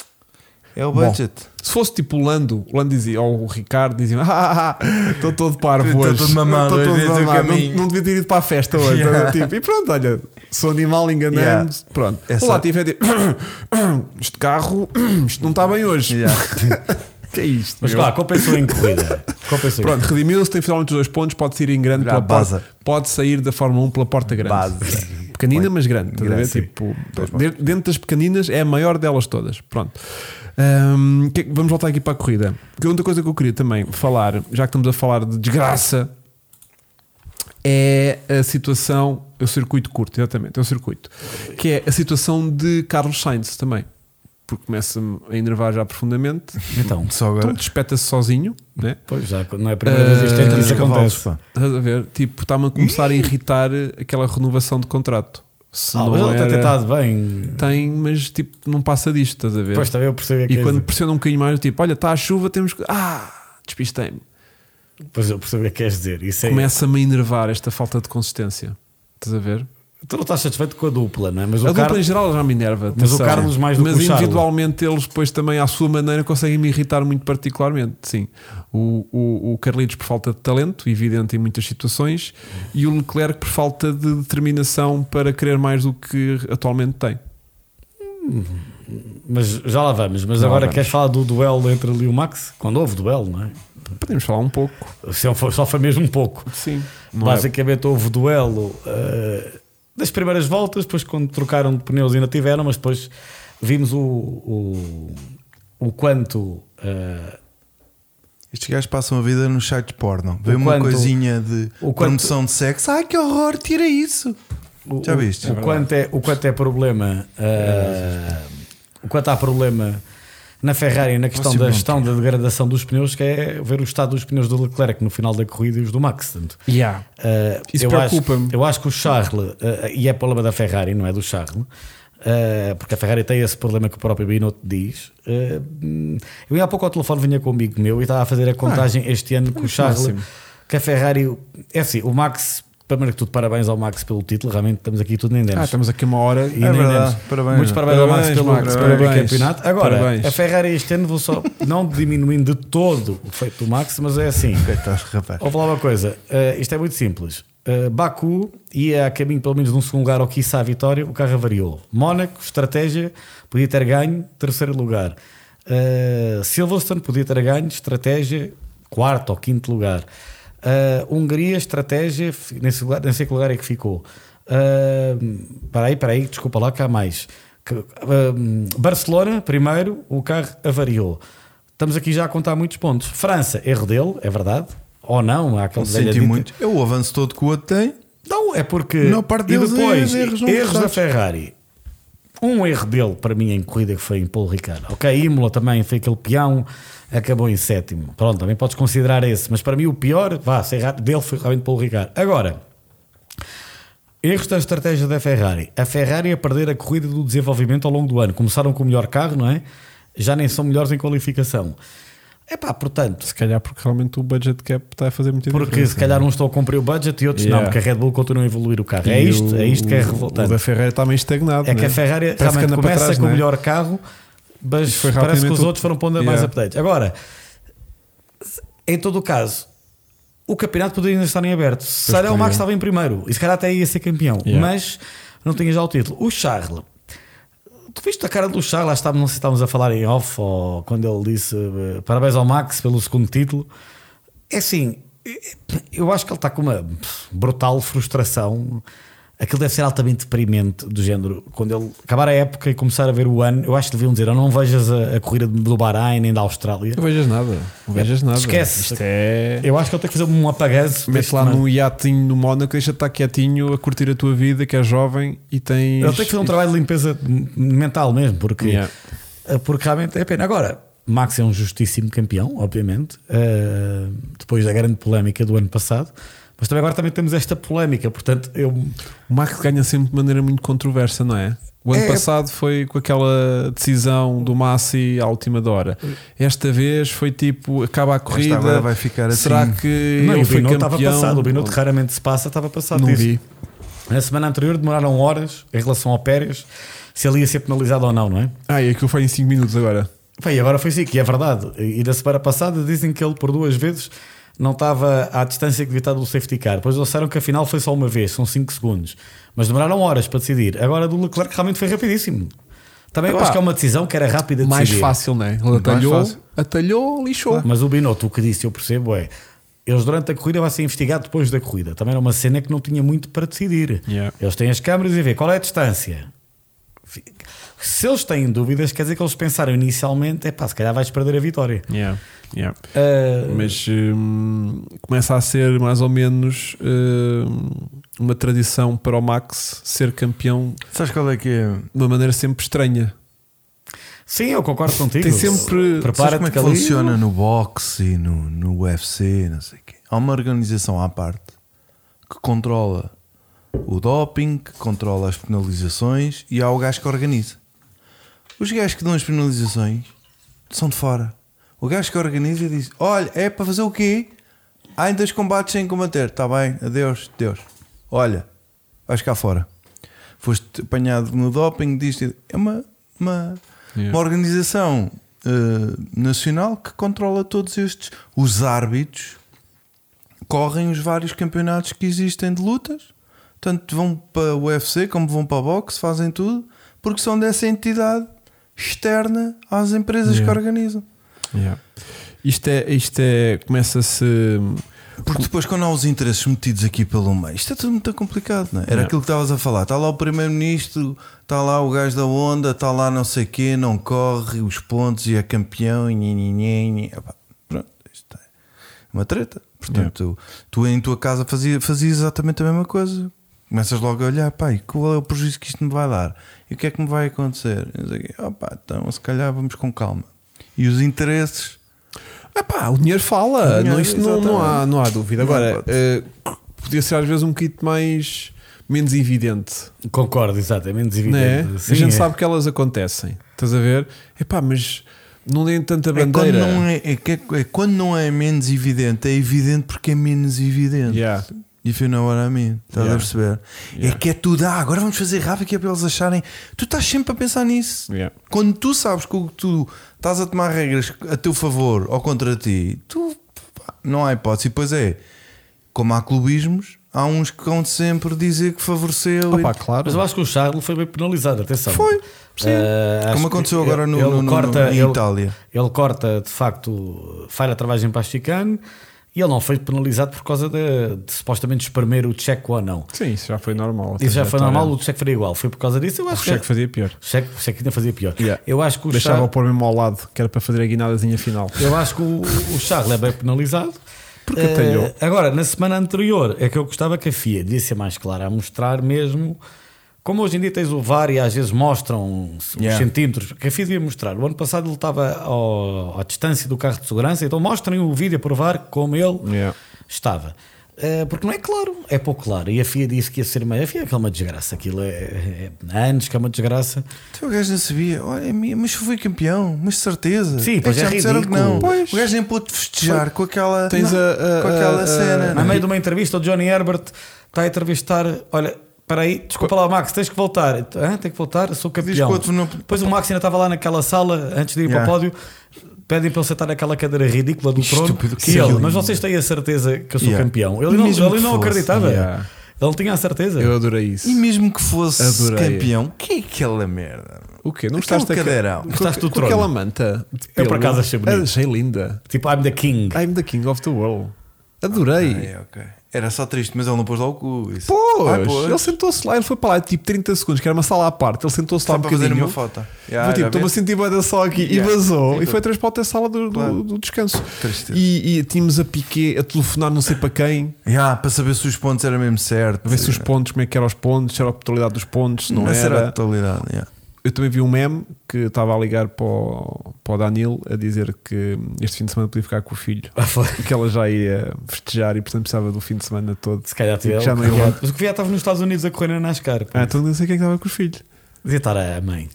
é o budget. Se fosse tipo o Lando dizia, ou o Ricardo dizia: estou todo parvo Estou hoje. todo mamado, Estou todo hoje, mamado. o caminho." Não devia ter ido para a festa hoje. Yeah. Tipo, e pronto, olha, sou animal, enganamos. Pronto. É O só- Latifi é tipo: este carro, isto não está bem hoje. Yeah. Que é isto? Mas meu? claro, compensou em corrida. Compensou. Pronto, redimiu-se, tem finalmente os 2 pontos, pode sair em grande Já pela baza. porta, pode sair da Fórmula 1 pela porta grande. Base. Pequenina, mas grande. Estás a ver? Grande, sim. Tipo, Dois dentro das pequeninas é a maior delas todas. Pronto. Vamos voltar aqui para a corrida. Porque outra coisa que eu queria também falar, já que estamos a falar de desgraça, é a situação, é o circuito curto, exatamente, é o circuito, que é a situação de Carlos Sainz também. Porque começa-me a enervar já profundamente. Então, Só agora. Então despeta-se sozinho, né? pois já não é a primeira vez que Tantos isto cavalos, acontece. pá. Estás a ver? Tipo, está-me a começar a irritar aquela renovação de contrato. Se Mas não ele tem era- tentado bem. Tem, mas tipo, não passa disto, estás a ver? Pois também eu percebo que E é quando dizer. pressiona um bocadinho mais, tipo, olha, está a chuva, temos que. Despistei-me. Pois eu percebo o que queres dizer. Isso é... Começa-me a enervar esta falta de consistência. Estás a ver? Tu não estás satisfeito com a dupla, não é? Mas A dupla em geral já me enerva. Mas o atenção. Carlos mais do que Mas o Charles. individualmente eles depois também à sua maneira conseguem me irritar muito particularmente. Sim, o Carlitos por falta de talento, evidente em muitas situações, e o Leclerc por falta de determinação para querer mais do que atualmente tem. Mas já lá vamos. Mas Já lá agora vamos. queres falar do duelo entre ele e o Max? Quando houve duelo, não é? Podemos falar um pouco. Só foi mesmo um pouco. Sim. Não é? Basicamente houve duelo das primeiras voltas, depois quando trocaram de pneus ainda tiveram, mas depois vimos o quanto Estes gajos passam a vida nos sites porno. Vê O uma quanto- coisinha de o quanto- promoção de sexo. Ai que horror, tira isso. Já viste? o quanto é problema o quanto há problema na Ferrari na questão Você da não gestão da degradação dos pneus, que é ver o estado dos pneus do Leclerc no final da corrida e os do Max. Portanto, Isso eu preocupa-me. eu acho que o Charles, e é problema da Ferrari, não é do Charles, porque a Ferrari tem esse problema que o próprio Binotto diz. Eu há pouco ao telefone vinha com um amigo meu e estava a fazer a contagem este ano com o Charles, máximo. que a Ferrari é assim, o Max, primeiro que tudo, parabéns ao Max pelo título, realmente estamos aqui tudo nem demos. Estamos aqui uma hora E É nem verdade, demos. parabéns. Muitos parabéns ao Max Parabéns, pelo Max, pelo parabéns. campeonato. Agora, Parabéns. a Ferrari este ano, vou só não diminuindo de todo o feito do Max, mas é assim. Coitado, rapaz. Vou falar uma coisa, isto é muito simples. Baku ia a caminho pelo menos de um segundo lugar ou quiçá a vitória, o carro avariou. Mónaco, estratégia, podia ter ganho, terceiro lugar. Silverstone podia ter ganho, estratégia, quarto ou quinto lugar. Hungria, estratégia, nem sei que lugar é que ficou. Espera aí, desculpa lá que há mais. Barcelona, primeiro, o carro avariou. Estamos aqui já a contar muitos pontos. França, erro dele, é verdade. Ou não, há aquele Senti muito. Eu o avanço todo que o outro tem. Não, é porque. Não, parte e deles depois, é erros não erros da forçados. Ferrari. Um erro dele, para mim, em corrida, que foi em Paulo Ricard. Ok, Imola também foi aquele peão, acabou em sétimo. Pronto, também podes considerar esse. Mas para mim, o pior, dele foi realmente Paulo Ricard. Agora, erros da estratégia da Ferrari. A Ferrari a perder a corrida do desenvolvimento ao longo do ano. Começaram com o melhor carro, não é? Já nem são melhores em qualificação. Portanto, Se calhar porque realmente o budget cap está a fazer muita porque diferença. se calhar uns estão a cumprir o budget e outros não, Yeah. porque a Red Bull continua a evoluir o carro. E É isto que é revoltante. O da Ferrari está meio estagnado. É que né? a Ferrari Parece que realmente anda para começa trás, com o não é? melhor carro, mas Foi parece que rapidamente os outros foram pondo mais Yeah. updates. Agora, em todo o caso, o campeonato poderia ainda estar em aberto. Se calhar o Max estava em primeiro e se calhar até ia ser campeão, Yeah. mas não tinha já o título. O Charles, tu viste a cara do Charles? Lá estava, não sei se estávamos a falar em off ou quando ele disse parabéns ao Max pelo segundo título. É assim, eu acho que ele está com uma brutal frustração. Aquilo deve ser altamente deprimente, do género. Quando ele acabar a época e começar a ver o ano, eu acho que deviam dizer: não vejas a corrida do Bahrein nem da Austrália. Não vejas nada. Não vejas nada. Esquece. Isto é. Eu acho que ele tem que fazer um apagaço. Mete lá num iatinho no Mónaco, deixa estar quietinho a curtir a tua vida, que é jovem e tens. Ele tem que fazer um trabalho de limpeza mental mesmo, porque realmente é pena. Agora, Max é um justíssimo campeão, obviamente, depois da grande polémica do ano passado. Mas também agora temos esta polémica, portanto O Max ganha sempre de maneira muito controversa, não é? O ano passado foi com aquela decisão do Massi à última hora. Esta vez foi tipo, acaba a corrida. agora vai ficar será assim. que não, ele o foi Binotto campeão? estava passado. O Binotto raramente se passa, estava passado Não disso. vi. Na semana anterior demoraram horas em relação ao Pérez, se ele ia ser penalizado ou não, não é? E aquilo foi em 5 minutos agora. E agora foi sim, que é verdade. E da semana passada dizem que ele por 2 vezes não estava à distância que devia estar do safety car. Depois eles disseram que afinal foi só uma vez, são 5 segundos. Mas demoraram horas para decidir. Agora do Leclerc realmente foi rapidíssimo. Também eu acho que é uma decisão que era rápida de Mais decidir. fácil, não é? Ele Muito mais atalhou, fácil. lixou. Mas o Binotto, o que disse, eu percebo, eles durante a corrida vai ser investigado depois da corrida. Também era uma cena que não tinha muito para decidir. Yeah. Eles têm as câmaras e vê qual é a distância. Se eles têm dúvidas, quer dizer que eles pensaram inicialmente: se calhar vais perder a vitória. Yeah. Mas começa a ser mais ou menos uma tradição para o Max ser campeão Sabes qual é que é? de uma maneira sempre estranha. Sim, eu concordo contigo. Tem sempre. Sabes Prepara-te como é que ali- funciona no boxe e no UFC, não sei o quê? Há uma organização à parte que controla o doping, que controla as penalizações e há o gajo que organiza. Os gajos que dão as penalizações são de fora. O gajo que organiza diz: olha, é para fazer o quê? Há ainda 2 combates sem combater. Está bem, adeus, Deus. Olha, vais cá fora. foste apanhado no doping, disto. É uma organização nacional que controla todos estes. Os árbitros correm os vários campeonatos que existem de lutas, tanto vão para o UFC como vão para o boxe, fazem tudo, porque são dessa entidade externa às empresas que organizam. Isto é começa-se. Porque depois, quando há os interesses metidos aqui pelo meio, isto é tudo muito complicado, não é? Era aquilo que estavas a falar. Está lá o primeiro-ministro, está lá o gajo da onda, está lá não sei o quê, não corre os pontos e é campeão. Pronto, isto é uma treta. Portanto, tu em tua casa fazias exatamente a mesma coisa. Começas logo a olhar, pá, e qual é o prejuízo que isto me vai dar? E o que é que me vai acontecer? Então, se calhar vamos com calma. E os interesses. O dinheiro fala, isto não há dúvida. Agora, podia ser às vezes um bocadinho menos evidente. Concordo, exato, é menos evidente. Não é? Sim, a gente sabe que elas acontecem. Estás a ver? Mas não deem tanta bandeira. Quando não é menos evidente, é evidente porque é menos evidente. If you know what I mean, estás a perceber? É que é tudo, agora vamos fazer rápido, que é para eles acharem. Tu estás sempre a pensar nisso. Quando tu sabes que tu estás a tomar regras a teu favor ou contra ti, não há hipótese. E depois como há clubismos, há uns que vão sempre dizer que favoreceu. Claro. Mas eu acho que o Charles foi bem penalizado, atenção. Foi. Como aconteceu agora em Itália. Ele corta, de facto, falha a travagem para a chicane. E ele não foi penalizado por causa de supostamente espremer o cheque ou não. Sim, isso já foi normal. Isso já foi normal, o cheque faria igual. Foi por causa disso. Eu acho o cheque fazia pior. O cheque ainda fazia pior. Eu acho que deixava pôr mesmo ao lado, que era para fazer a guinadazinha final. Eu acho que o Charles é bem penalizado. Porque atalhou. Agora, na semana anterior, é que eu gostava que a FIA devia ser mais clara a mostrar mesmo. Como hoje em dia tens o VAR e às vezes mostram os centímetros, que a FIA devia mostrar. O ano passado ele estava à distância do carro de segurança, então mostrem o vídeo a provar como ele estava. Porque não é claro, é pouco claro. E a FIA disse que ia ser a FIA é uma desgraça. Aquilo há anos que é uma desgraça. Então o gajo não sabia, olha, mas foi campeão, mas de certeza. Sim, pois é ridículo. Que não. O gajo nem pôde festejar com aquela, com aquela cena. No meio de uma entrevista, o Johnny Herbert está a entrevistar, olha. Espera aí, desculpa lá, Max, tens que voltar. Tem que voltar, sou campeão. Depois o Max ainda estava lá naquela sala antes de ir para o pódio. Pedem para ele sentar naquela cadeira ridícula do trono. Mas vocês têm a certeza que eu sou campeão? Ele não acreditava. Ele não tinha a certeza. Eu adorei isso. E mesmo que fosse campeão, que é aquela merda? O quê? Não gostaste da cadeirão? Gostaste do trono? Aquela manta. Eu por acaso achei bonito. Achei linda. Tipo, I'm the king. I'm the king of the world. Adorei. Okay. Era só triste, mas ele não pôs lá o cu. Isso. Pois, ele sentou-se lá, ele foi para lá tipo 30 segundos, que era uma sala à parte. Ele sentou-se lá um bocadinho. Fazer uma foto. Estou-me a sentir bem só aqui e vazou. E foi três para a sala do descanso. E tínhamos a Piquet a telefonar não sei para quem. Para saber se os pontos eram mesmo certos. Ver se os pontos, como é que eram os pontos, se era a totalidade dos pontos, se não era. Era a totalidade, Eu também vi um meme que estava a ligar para o Danilo a dizer que este fim de semana podia ficar com o filho e que ela já ia festejar e portanto precisava do fim de semana todo. Se calhar já não ia. Mas o que estava nos Estados Unidos a correr na NASCAR. Então não sei quem estava com o filho. Devia estar a mãe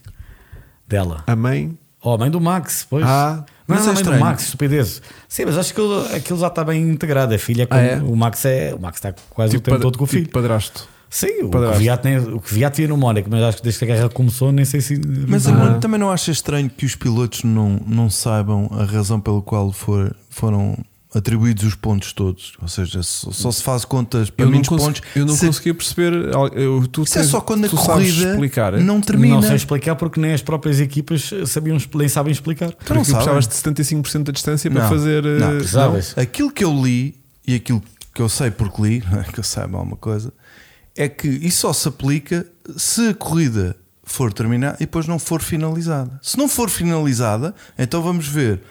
dela. A mãe? A mãe do Max, pois. Não é a mãe do Max, estupidez. Sim, mas acho que aquilo já está bem integrado. A filha o Max está quase o tempo todo com o filho. Tipo padrasto. Sim, o Kvyat via no Mónaco, mas acho que desde que a guerra começou, nem sei se. Mas também não achas estranho que os pilotos não saibam a razão pela qual foram atribuídos os pontos todos? Ou seja, só se faz contas para muitos pontos. Eu não conseguia perceber. Isso é só quando a corrida não termina. Não sei explicar porque nem as próprias equipas nem sabem explicar. Tu não precisavas de 75% da distância para fazer. Não. Aquilo que eu li e aquilo que eu sei porque li, não é que eu saiba alguma coisa. É que isso só se aplica se a corrida for terminada e depois não for finalizada. Se não for finalizada, então vamos ver.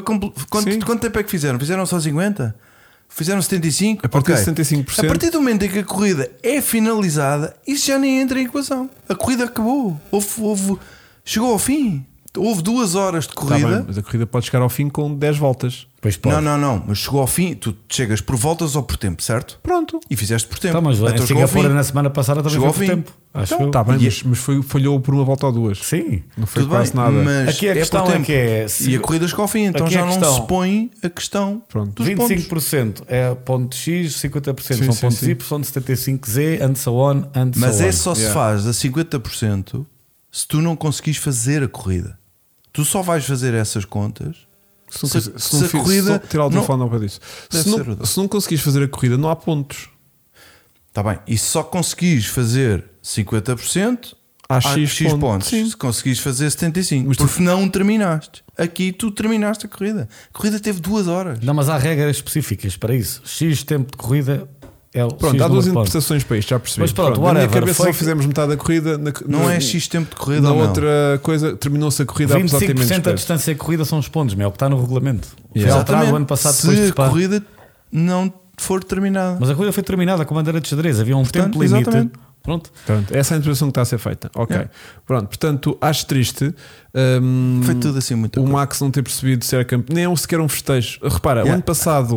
Quanto tempo é que fizeram? Fizeram só 50? Fizeram 75? A partir de 75%. A partir do momento em que a corrida é finalizada, isso já nem entra em equação. A corrida acabou. Chegou ao fim. Houve 2 horas de Tá corrida. bem, mas a corrida pode chegar ao fim com 10 voltas. Pois pode. Não, mas chegou ao fim. Tu chegas por voltas ou por tempo, certo? Pronto. E fizeste por tempo. Tá, mas Então em chegou ao Singapura fim. na semana passada também Chegou foi ao por fim. tempo. Acho Então, eu. Tá bem, E- mas falhou por uma volta ou duas. Sim. Não foi Tudo quase bem, nada. mas Aqui a por questão é tempo. que é. E a corrida chegou ao fim, então Aqui já a não questão. se põe a questão Pronto. dos pontos. 25% é ponto X, 50% Sim, são sim, pontos sim. Y, 75Z, and so on, and Mas so on. é só se Yeah. faz a 50% se tu não conseguires fazer a corrida. Tu só vais fazer essas contas Se, Se- não, se a fiz- corrida- só tirar o não- telefone ao pé disso. Deve Se ser o não, dele. se não conseguires fazer a corrida, não há pontos. Está bem. E se só conseguires fazer 50%, Há há X X pontos. Sim. Se conseguires fazer 75%, Mas tu- porque não terminaste. Aqui tu terminaste a corrida. A corrida teve 2 horas. Não, mas há regras específicas para isso. X tempo de corrida é o Pronto, X há número duas de pontos. interpretações para isto, já percebi. Mas pronto, na minha whatever, cabeça foi só que- fizemos metade da corrida. Não é X tempo de corrida Na ou não. outra coisa, terminou-se a corrida 25% absolutamente da espécie. distância de corrida são os pontos, meu, é o que está no regulamento. Foi Yeah. alterado o ano passado depois de se a Spa. corrida não for terminada. Mas a corrida foi terminada com bandeira de xadrez, havia um Portanto, tempo limite. exatamente. Pronto. Pronto, essa é a interpretação que está a ser feita. Ok. Yeah. Pronto, portanto, acho triste. Foi tudo assim muito O Max não ter percebido se era campeão, nem é sequer um festejo. Repara, o Yeah. ano passado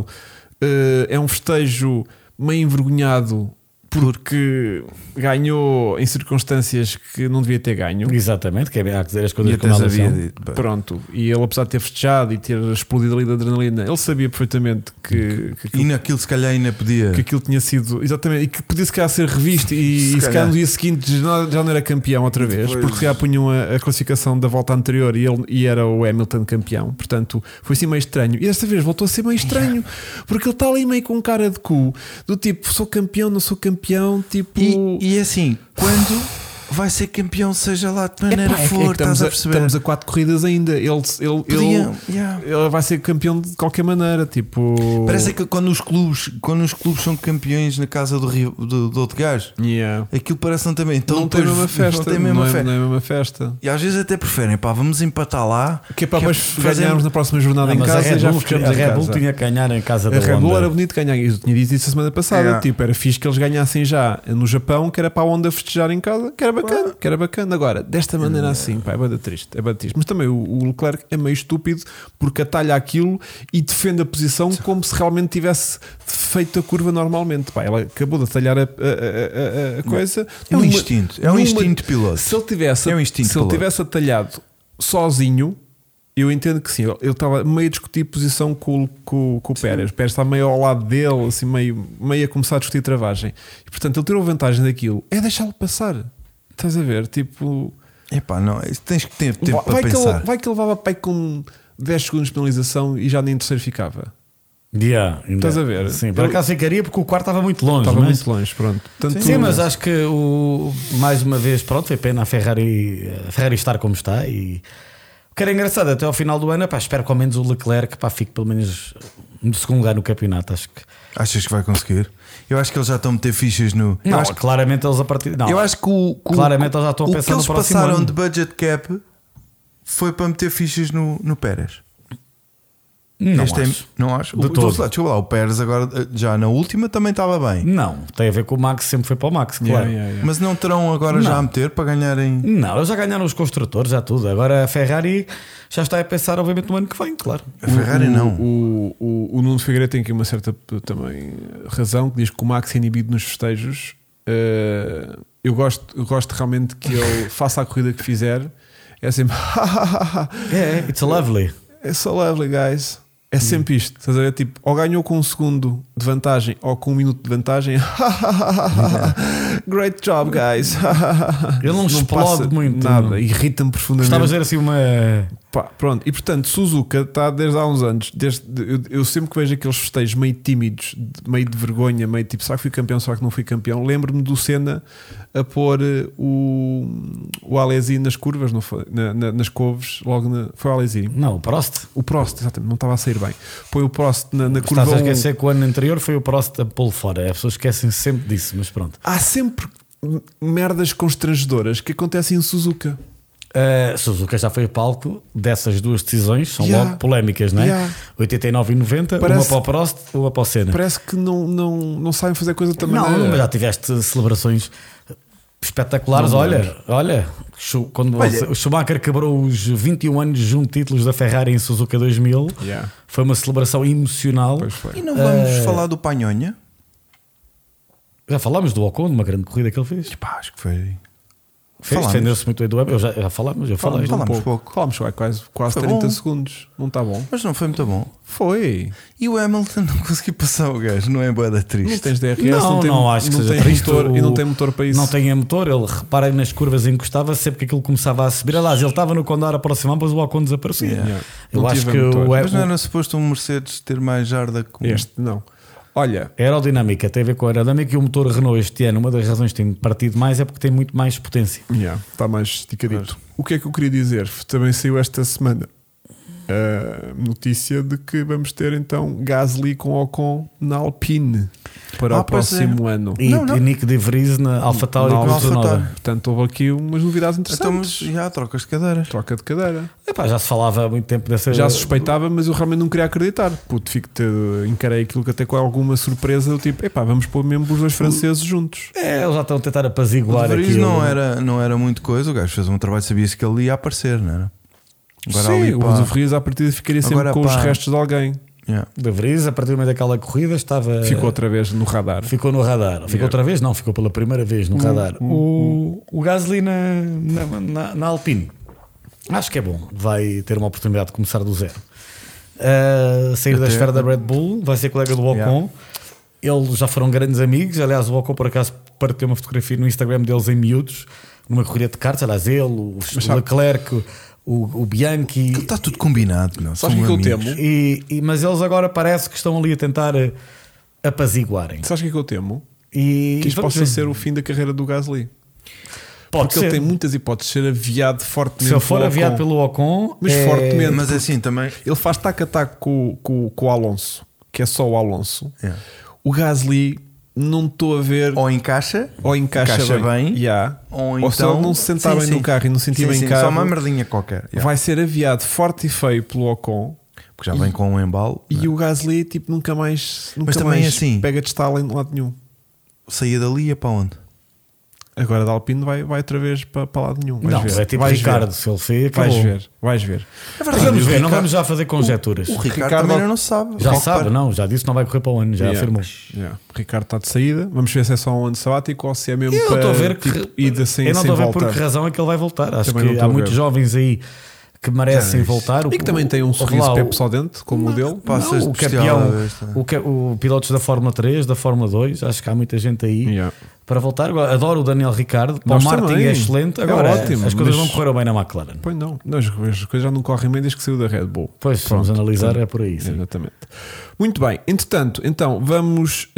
é um festejo meio envergonhado porque ganhou em circunstâncias que não devia ter ganho. Exatamente, que é há que dizer as coisas E como até elas havia são. dito, pá. Pronto, e ele, apesar de ter festejado e ter explodido ali da adrenalina, ele sabia perfeitamente que E naquilo se calhar ainda podia. que aquilo tinha sido exatamente e que podia se calhar ser revisto e se calhar calhar. no dia seguinte já não era campeão outra vez, Depois- porque já punham a classificação da volta anterior e era o Hamilton campeão, portanto foi assim meio estranho. E desta vez voltou a ser meio estranho porque ele está ali meio com cara de cu, do tipo, sou campeão, não sou campeão, tipo. E assim, quando vai ser campeão, seja lá de maneira Epá, for, estamos, estás a perceber? estamos a 4 corridas ainda. Ele Podiam, yeah. ele vai ser campeão de qualquer maneira. Tipo, Parece que quando os clubes são campeões na casa do outro gajo, Yeah. aquilo parece não também. Então não tem a depois mesma festa. Não tem a mesma festa. Não é a mesma festa. E às vezes até preferem, pá, vamos empatar lá. Que é para Que é depois fazer- ganharmos na próxima jornada Não, em mas casa e já fechamos a em Red Bull casa. tinha que ganhar em casa da A Red Bull Honda. era bonito ganhar. Eu tinha dito isso a semana passada. Yeah. Tipo, era fixe que eles ganhassem já no Japão, que era para a Honda festejar em casa, que era bacana. Que era bacana. Agora, desta maneira assim, pá, é bem triste. É bem triste. Mas também o Leclerc é meio estúpido porque atalha aquilo e defende a posição como se realmente tivesse feito a curva normalmente. Pá, ela acabou de atalhar a coisa. É um instinto, é um instinto de piloto. Se ele tivesse, É um instinto se ele piloto. tivesse atalhado sozinho, eu entendo que sim. Ele estava meio a discutir posição com o Pérez. O Pérez está meio ao lado dele, assim, meio a começar a discutir travagem. E portanto, ele tirou vantagem daquilo. É deixá-lo passar. Estás a ver? Tipo, Epá, não, tens que ter tempo para vai que, pensar. vai que ele levava pai com 10 segundos de penalização e já nem em terceiro ficava. Yeah, ainda. Estás a ver? Sim, por Ele- acaso ficaria porque o quarto estava muito longe. Estava mas... muito longe, pronto. Portanto, Sim, mas acho que mais uma vez, pronto, foi pena a Ferrari estar como está. E o que era engraçado até ao final do ano, pá, espero que ao menos o Leclerc fique pelo menos no segundo lugar no campeonato. Acho que Achas que vai conseguir? Eu acho que eles já estão a meter fichas no. Eu não, acho, claramente eles a partir. Não, eu acho que claramente eles já estão a o pensar que no eles próximo passaram ano. de budget cap foi para meter fichas no Pérez. Não Este acho. não acho. De O, todo. desculpa lá, o Pérez agora já na última também estava bem. Não, tem a ver com o Max, sempre foi para o Max, claro. Yeah, yeah, yeah. Mas não terão agora já Não. a meter para ganharem. Não, eles já ganharam os construtores, já tudo. Agora a Ferrari já está a pensar, obviamente, no ano que vem, claro. A Ferrari não. O Nuno Figueiredo tem aqui uma certa também razão, que diz que o Max é inibido nos festejos. Eu gosto realmente que ele faça a corrida que fizer. É sempre It's a lovely. é so lovely, guys. É sempre isto, estás a ver? Tipo, ou ganhou com 1 segundo de vantagem ou com 1 minuto de vantagem. Great job, guys. Ele não explode passa muito. nada, Não. irrita-me profundamente. Gostava de ver assim uma. Pá, pronto, e portanto, Suzuka está desde há uns anos. Eu sempre que vejo aqueles festejos meio tímidos, meio de vergonha, meio tipo, será que fui campeão, será que não fui campeão? Lembro-me do Senna a pôr o Alesi nas curvas, não foi? Nas couves, logo foi o Alesi. Não, o Prost. O Prost, exatamente, não estava a sair bem. Põe o Prost na curva. Estás a 1. esquecer que o ano anterior foi o Prost a pô-lo fora. As pessoas esquecem sempre disso, mas pronto. Há sempre merdas constrangedoras que acontecem em Suzuka. Suzuka já foi palco dessas duas decisões, são Yeah. logo polémicas, não é? Yeah. 89 e 90, Parece- uma para o Prost, uma para o Senna. Parece que não sabem fazer coisa também. Não, mas já tiveste celebrações espetaculares. Não Olha, quando o Schumacher quebrou os 21 anos junto de títulos da Ferrari em Suzuka 2000, foi uma celebração emocional. Pois foi. E não vamos falar do Panhonha? Já falámos do Ocon, de uma grande corrida que ele fez. Pá, acho que foi. Defendeu-se muito bem do Web. Já falámos, eu falei. Falámos pouco. Falámos quase Foi 30 bom. segundos. Não está bom? Mas não foi muito bom. Foi. E o Hamilton não conseguiu passar o gajo, não é boa da triste. Não tens DRS, Não acho que não seja tem triste. motor, e não tem motor para isso. Não tem motor, ele repara nas curvas encostava sempre que aquilo começava a subir. Aliás, ele estava no condar aproximar, mas o Ocon desaparecia. Yeah. Eu Não acho tive que motor. Mas não era suposto um Mercedes ter mais jarda que Este não. Olha, a aerodinâmica tem a ver com a aerodinâmica e o motor Renault este ano, uma das razões que tem partido mais é porque tem muito mais potência. está mais esticadito. O que é que eu queria dizer? Também saiu esta semana a notícia de que vamos ter então Gasly com Ocon na Alpine para o pois próximo ano. E Nick de Vries na AlphaTauri Na com a AlphaTauri. Tsunoda. Portanto, houve aqui umas novidades Então, mas interessantes. já trocas de cadeiras. Troca de cadeira. Epá, já se falava há muito tempo dessa. Já suspeitava, mas eu realmente não queria acreditar. Puto, encarei aquilo que até com alguma surpresa. Eu tipo, epá, vamos pôr mesmo os dois franceses juntos. Eles já estão a tentar O apaziguar De Vries aquilo. não era muito coisa. O gajo fez um trabalho, sabia-se que ele ia aparecer, não era? Agora Sim, ali, o pá. De Vries à partida ficaria sempre Agora, com os pá. restos de alguém. Yeah. De Vries, a partir do momento daquela corrida, estava. Ficou outra vez no radar. Ficou no radar. Ficou outra vez? Não, ficou pela primeira vez no radar. O Gasly na Alpine. Acho que é bom. Vai ter uma oportunidade de começar do zero. Sair da Até- esfera da Red Bull, vai ser colega do Ocon. Eles já foram grandes amigos. Aliás, o Ocon, por acaso, partilhou uma fotografia no Instagram deles em miúdos, numa corrida de karts. Aliás, ele, o Leclerc, o Bianchi. Está tudo combinado, meu. Sabes São o que eu amigos. temo? Mas eles agora parece que estão ali a tentar apaziguarem. Sabes o que é que eu temo? E Que isto vamos possa ver. ser o fim da carreira do Gasly. Pode Porque ser. ele tem muitas hipóteses de ser aviado fortemente. Se ele for pelo aviado Ocon. pelo Ocon, Mas fortemente. Mas assim também. Ele faz tac-a-tac com o Alonso, que é só o Alonso. Yeah. O Gasly, não estou a ver. Ou encaixa, Ou encaixa bem, yeah. ou se ele não se sentar sim, bem sim. no carro e não sentir Sim, bem sim, carro, só uma merdinha qualquer. Yeah. vai ser aviado forte e feio pelo Ocon. Porque já vem com um embalo. E o Gasly tipo, nunca mais também assim. pega de estar em lado nenhum. Saía dali e ia para onde? Agora da Alpine vai outra vez para lado nenhum. Vais não, ver. é tipo Vais Ricardo, ver. se ele fez, Vais acabou. ver. Mas vamos ver, não vamos já fazer conjecturas. O Ricardo Ricardo também não sabe. Já Ao que sabe, parece. não, já disse que não vai correr para o ano, já Yeah. afirmou. Yeah. O Ricardo está de saída. Vamos ver se é só um ano sabático ou se é mesmo Eu para estou a ver que tipo, ida sem, eu não sem estou a ver volta. por que razão é que ele vai voltar. Acho Também não que estou há a muitos ver. jovens aí que merecem Já, voltar. E que também tem um sorriso Pepsi ao dente, como o dele. Passas o de campeão, bestial, o pilotos da Fórmula 3, da Fórmula 2, acho que há muita gente aí Yeah. para voltar. Agora, adoro o Daniel Ricciardo, o Nós Martin também. é excelente. É Agora, ótimo, as coisas mas- não correram bem na McLaren. Pois não, as coisas já não correm bem desde que saiu da Red Bull. Pois, se vamos Pronto, analisar, portanto, é por aí. Sim. Exatamente. Muito bem, entretanto, então vamos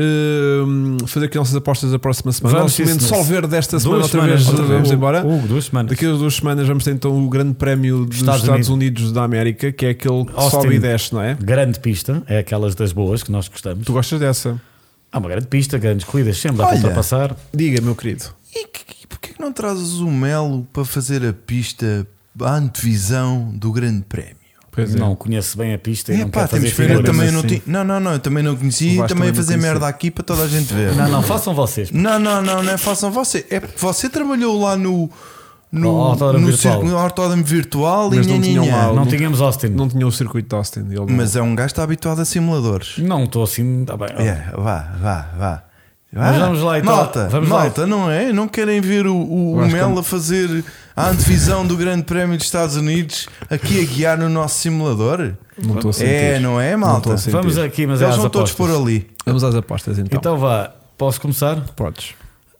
fazer aqui nossas apostas da próxima semana. Vamos, Nosso momento sim, sol senhor. verde desta Duas semana, outra semanas, vez vamos embora. 2 semanas. Daqui a 2 semanas vamos ter então o Grande Prémio dos Estados Unidos da América, que é aquele que Austin. sobe e desce, não é? Grande pista, é aquelas das boas que nós gostamos. Tu gostas dessa? Há uma grande pista, grandes corridas, sempre dá para Olha. ultrapassar. Diga, meu querido. E porquê que não trazes o Melo para fazer a pista, a antevisão do Grande Prémio? Pois é. Não conheço bem a pista e não Pá, quero fazer temos que ver, eu figuras também não assim. tinha. Não, eu também não O conhecia e Vasco também a também não fazer conhecia. merda aqui para toda a gente ver. Não, façam vocês. Não é façam você. É porque você trabalhou lá no Autódromo virtual. circuito autódromo virtual Mas e não tinham lá- Não tínhamos Austin. Não tinha o circuito de Austin. Ele não- Mas é um gajo que está habituado a simuladores. Não estou assim. Tá bem. Vá. Mas vamos lá, então. Malta, Vamos lá. malta, não é? Não querem ver o Vasco- Mel a fazer a antevisão do Grande Prémio dos Estados Unidos aqui a guiar no nosso simulador? Não estou a sentir. É, não é, Não malta? estou a sentir. Vamos aqui, mas é Eles às vão todos apostas. por ali. Vamos às apostas então. Então vá, posso começar? Podes.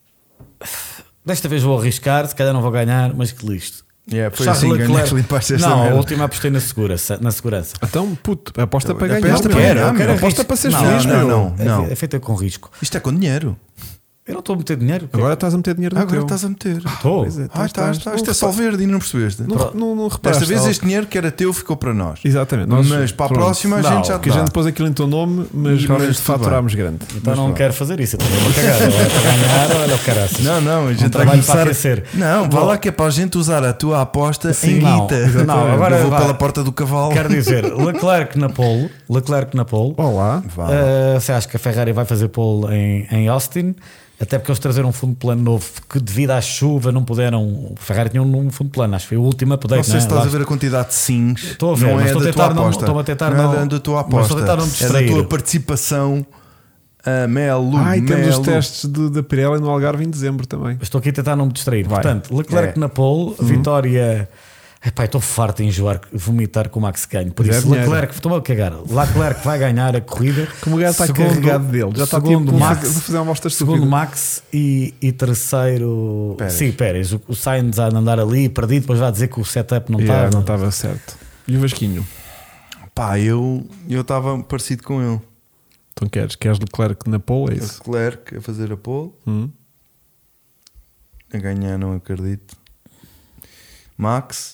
Desta vez vou arriscar, se calhar não vou ganhar, mas que listo. Foi Charles assim, Leclerc- ganhaste, limpaste esta Não, a merda. última apostei na segurança. Então, puto, aposta para Aposta ganhar. para meu. ganhar, Eu quero meu. Aposta arriscar. para seres Não, feliz, não, meu. não. É feita com risco. Isto é com dinheiro. Eu não estou a meter dinheiro. Agora estás a meter dinheiro no Agora teu. estás a meter. Estou. Pois é, Estás. Isto é só verde e não percebeste. Não Desta reparaste. vez este dinheiro que era teu ficou para nós. Exatamente. Mas para a pronto. próxima a Não, gente já te Que a dá. gente pôs aquilo em teu nome, mas Mas realmente tudo faturámos grande. Então Mas não pronto. quero fazer isso. Eu também vou cagar. Ou é para ganhar, olha o caraças. Não, a gente vai trabalho para começar. aquecer. Não, vá lá que é para a gente usar a tua aposta Sim, em não. guita. Não, agora eu vou vá. pela porta do cavalo. Quero dizer, Leclerc na pole. Olá. Vá. Você acha que a Ferrari vai fazer pole em Austin? Até porque eles trazeram um fundo plano novo que devido à chuva não puderam. O Ferrari tinha um fundo plano, acho que foi o último update. Não sei se estás a ver a quantidade de sims. Estou a ver, não mas é estou a da tentar tua não- aposta. estou a tentar não não- é da tua mas estou a aposta. tentar não me É da distrair. tua participação. Melo. E temos os Melo. testes da Pirelli no Algarve em dezembro também. Estou aqui a tentar não me distrair. Vai. Portanto, Leclerc na pole, vitória. Epá, estou farto de enjoar, vomitar com o Max ganho. Por Mas é isso, dinheiro. Leclerc, estou a cagar. Leclerc vai ganhar a corrida. Como o gajo está Segundo- carregado dele, já está segundo tipo, Max, vou fazer uma amostra segundo estúpida. Max e terceiro. Pérez. Sim, Pérez. O Sainz a andar ali perdido, depois vai dizer que o setup não Yeah, estava. não estava certo. E o Vasquinho? Pá, eu estava parecido com ele. Então queres Leclerc na pole? É isso? Leclerc a fazer a pole. A ganhar, não acredito. Max,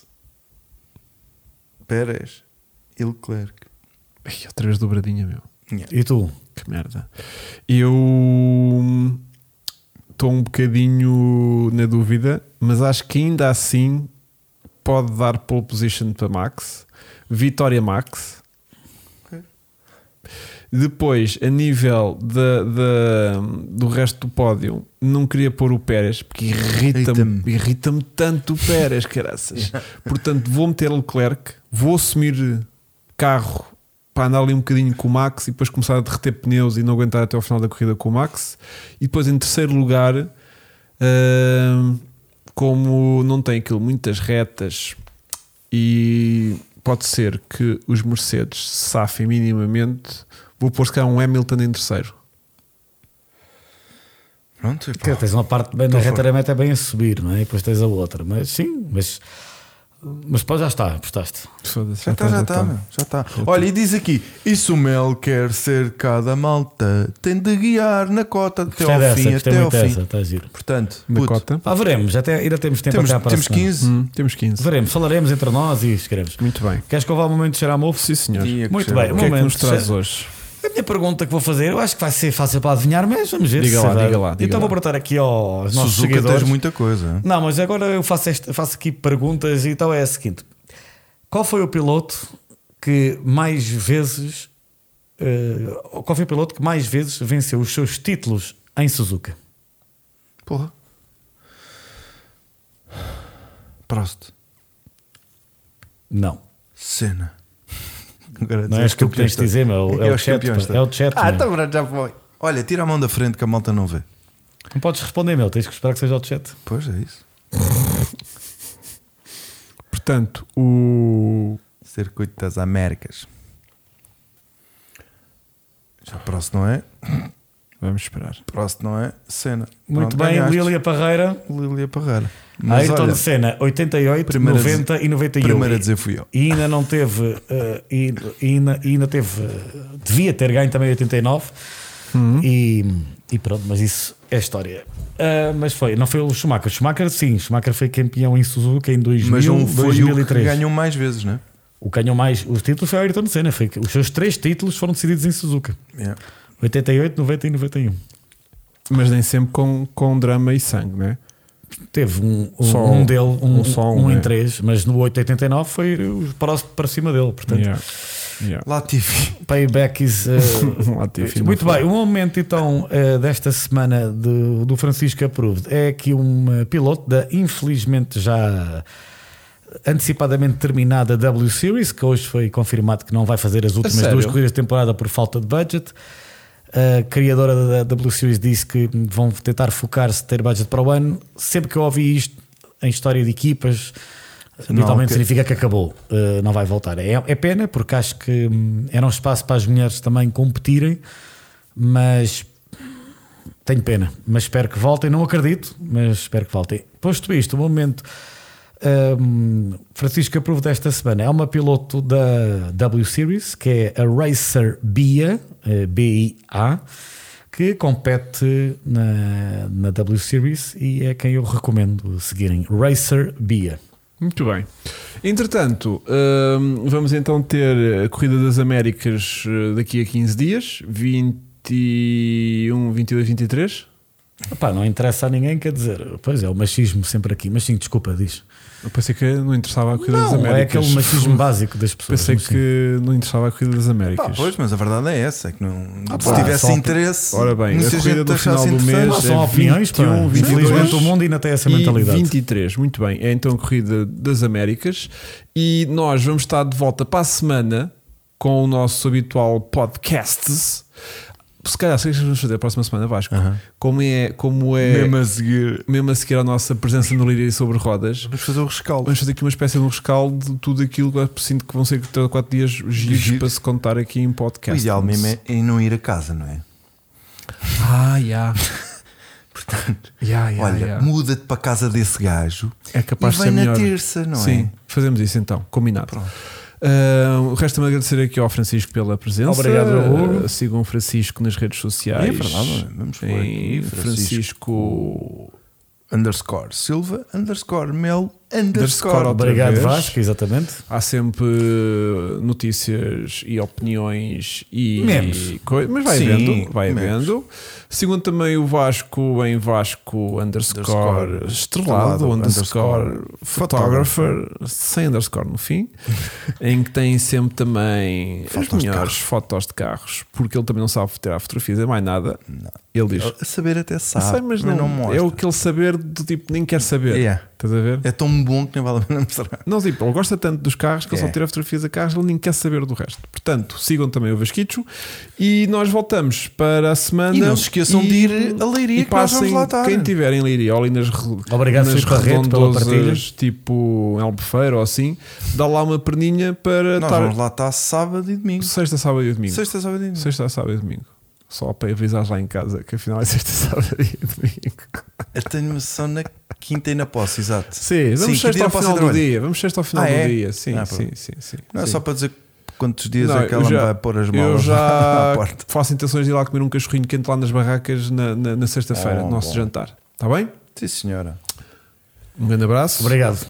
Pérez e Leclerc. Ai, outra vez dobradinha, meu. E tu? Que merda. Eu estou um bocadinho na dúvida, mas acho que ainda assim pode dar pole position para Max. Vitória Max. Ok. Depois, a nível do resto do pódio, não queria pôr o Pérez porque irrita-me tanto o Pérez, caraças. Portanto, vou meter Leclerc, vou assumir carro para andar ali um bocadinho com o Max e depois começar a derreter pneus e não aguentar até ao final da corrida com o Max. E depois, em terceiro lugar, como não tem aquilo muitas retas e pode ser que os Mercedes se safem minimamente, vou pôr se calhar um Hamilton em terceiro. Pronto, Que tens uma parte bem na reta da meta bem a subir, não é? E depois tens a outra. Mas sim, mas pá, já está, apostaste. Foda-se, já está, meu, já está. Olha, e diz aqui: e se o Mel quer ser cada malta, tem de guiar na cota até Gostei ao dessa, fim, gostei até ao muito fim. dessa, está giro. Portanto, Na puto, cota. Pá, veremos, ainda temos tempo temos, cá para a temos semana. 15. Temos 15. Veremos, falaremos entre nós e escrevemos. Muito bem. Queres que eu vá ao momento de cheirar mofo? Sim, senhor. Ia Muito gostar. bem, O que é que momento nos traz de- hoje? A minha pergunta que vou fazer, eu acho que vai ser fácil para adivinhar, mas vamos ver. Diga se lá, vai. diga lá, diga Então lá. vou perguntar aqui aos nossos Suzuka seguidores. tens muita coisa. Não, mas agora eu faço aqui perguntas e então é a seguinte: qual foi o piloto que mais vezes venceu os seus títulos em Suzuka? Porra. Prost. Não. Senna. Agora Não és tu que tens de dizer, meu. É o os chat. campeões, pá. É o chat. Ah, meu. então pronto, já foi. Olha, tira a mão da frente que a malta não vê. Não podes responder, meu. Tens que esperar que seja o chat. Pois é isso. Portanto, o Circuito das Américas. Já Prost não é? vamos esperar. Prost não é? Senna. Muito Pronto, bem, ganhaste. Lília Parreira. Lília Parreira. Mas Ayrton olha, Senna, 88, primeiro a 90 e 91. primeiro a dizer fui eu. E ainda não teve. Ainda teve. Devia ter ganho também 89. E pronto, mas isso é história. Mas não foi o Schumacher. Schumacher, sim, Schumacher foi campeão em Suzuka em 2000, Mas não foi o que 2003. ganhou mais vezes, não é? O que ganhou mais os títulos foi o Ayrton Senna. Os seus 3 títulos foram decididos em Suzuka: Yeah. 88, 90 e 91. Mas nem sempre com drama e sangue, não é? Teve Só um dele, só um em né? 3, mas no 889 foi o próximo para cima dele. Portanto, Yeah. Latifi. payback is. Latifi não Muito foi. bem, o momento então desta semana do Francisco Approved é aqui um piloto da infelizmente já antecipadamente terminada W Series, que hoje foi confirmado que não vai fazer as últimas sério? 2 corridas de temporada por falta de budget. A criadora da W Series disse que vão tentar focar-se ter budget para o ano. Sempre que eu ouvi isto em história de equipas, habitualmente significa que acabou, não vai voltar. É pena, porque acho que era um espaço para as mulheres também competirem, mas tenho pena. Mas espero que voltem, não acredito, mas espero que voltem. Posto isto, o momento Francisco Approved desta semana é uma piloto da W Series, que é a Racer Bia, BIA, que compete na W Series e é quem eu recomendo seguirem. Racer Bia. Muito bem. Entretanto, vamos então ter a Corrida das Américas daqui a 15 dias, 21, 22, 23. Pá, não interessa a ninguém, quer dizer, pois é, o machismo sempre aqui, mas sim, desculpa, diz. Eu pensei que não interessava a corrida das Não, Américas. é aquele machismo básico das pessoas. Pensei mas sim. que não interessava a corrida das Américas. Pois, mas a verdade é essa, é que não, se pá, tivesse só- interesse, Ora bem, a muita corrida gente do final achasse do interessante. mês Não, são é opiniões, pá. 21, 22 Infelizmente o mundo ainda tem essa e mentalidade. 23, muito bem. É então a corrida das Américas e nós vamos estar de volta para a semana com o nosso habitual podcast. Se calhar, sei que vamos fazer a próxima semana, Vasco. Como é Mesmo a seguir a nossa presença no Líder sobre Rodas. vamos fazer o rescaldo. Vamos fazer aqui uma espécie de um rescaldo de tudo aquilo que eu sinto que vão ser 3 ou 4 dias giros Giro. para se contar aqui em O podcast. ideal mesmo é não ir a casa, não é? Já. Portanto, Já, olha, muda-te para a casa desse gajo é capaz e de ser vem na melhor. terça, não Sim, é? fazemos isso então, combinado. Pronto. Resta-me agradecer aqui ao Francisco pela presença. Obrigado, Hugo. Sigam o Francisco nas redes sociais. É verdade, vamos falar em aqui, Francisco _Silva _Mel Underscore. Obrigado, vez. Vasco, exatamente. Há sempre notícias e opiniões e Memes. mas vai Sim, havendo, vai memes. havendo. Sigam também o Vasco em Vasco _ estrelado _ photographer sem underscore no fim, em que tem sempre também as Fotos de melhores fotos de carros, porque ele também não sabe tirar fotografias, é mais nada. Não. Ele diz: A saber até sabe, sei, mas não, mostra. é o que ele saber do tipo, nem quer saber. Yeah. Estás a ver? É tão bom que nem vale a pena mostrar. Não, tipo, ele gosta tanto dos carros que ele É. só tira fotografias a carros, ele nem quer saber do resto. Portanto, sigam também o Vasquicho e nós voltamos para a semana. E não se esqueçam de ir a Leiria, e que nós passem, vamos lá estar. quem tiver em Leiria ou ali nas, Obrigado, nas Sr. Barreto, pela partilha. redondosas, tipo em Albufeira ou assim, dá lá uma perninha para Nós estar vamos lá estar sábado e domingo. sexta, sábado e domingo. Sexta, sábado e domingo. Sexta, sábado e domingo. Só para avisar lá em casa que afinal é sexta, sábado e domingo. Eu tenho noção na quinta e na posse, exato. Sim, vamos que sexta dia ao posso final ir do trabalhar? dia. Vamos sexta ao final Ah, do é? dia. Sim, Ah, sim, pronto. sim, sim. Não é Sim. só para dizer quantos dias Não, é que ela eu já- me vai pôr as Eu malas já à porta. faço intenções de ir lá comer um cachorrinho quente lá nas barracas na sexta-feira, Bom, no nosso bom. jantar. Está bem? Sim, senhora. Um grande abraço. Obrigado.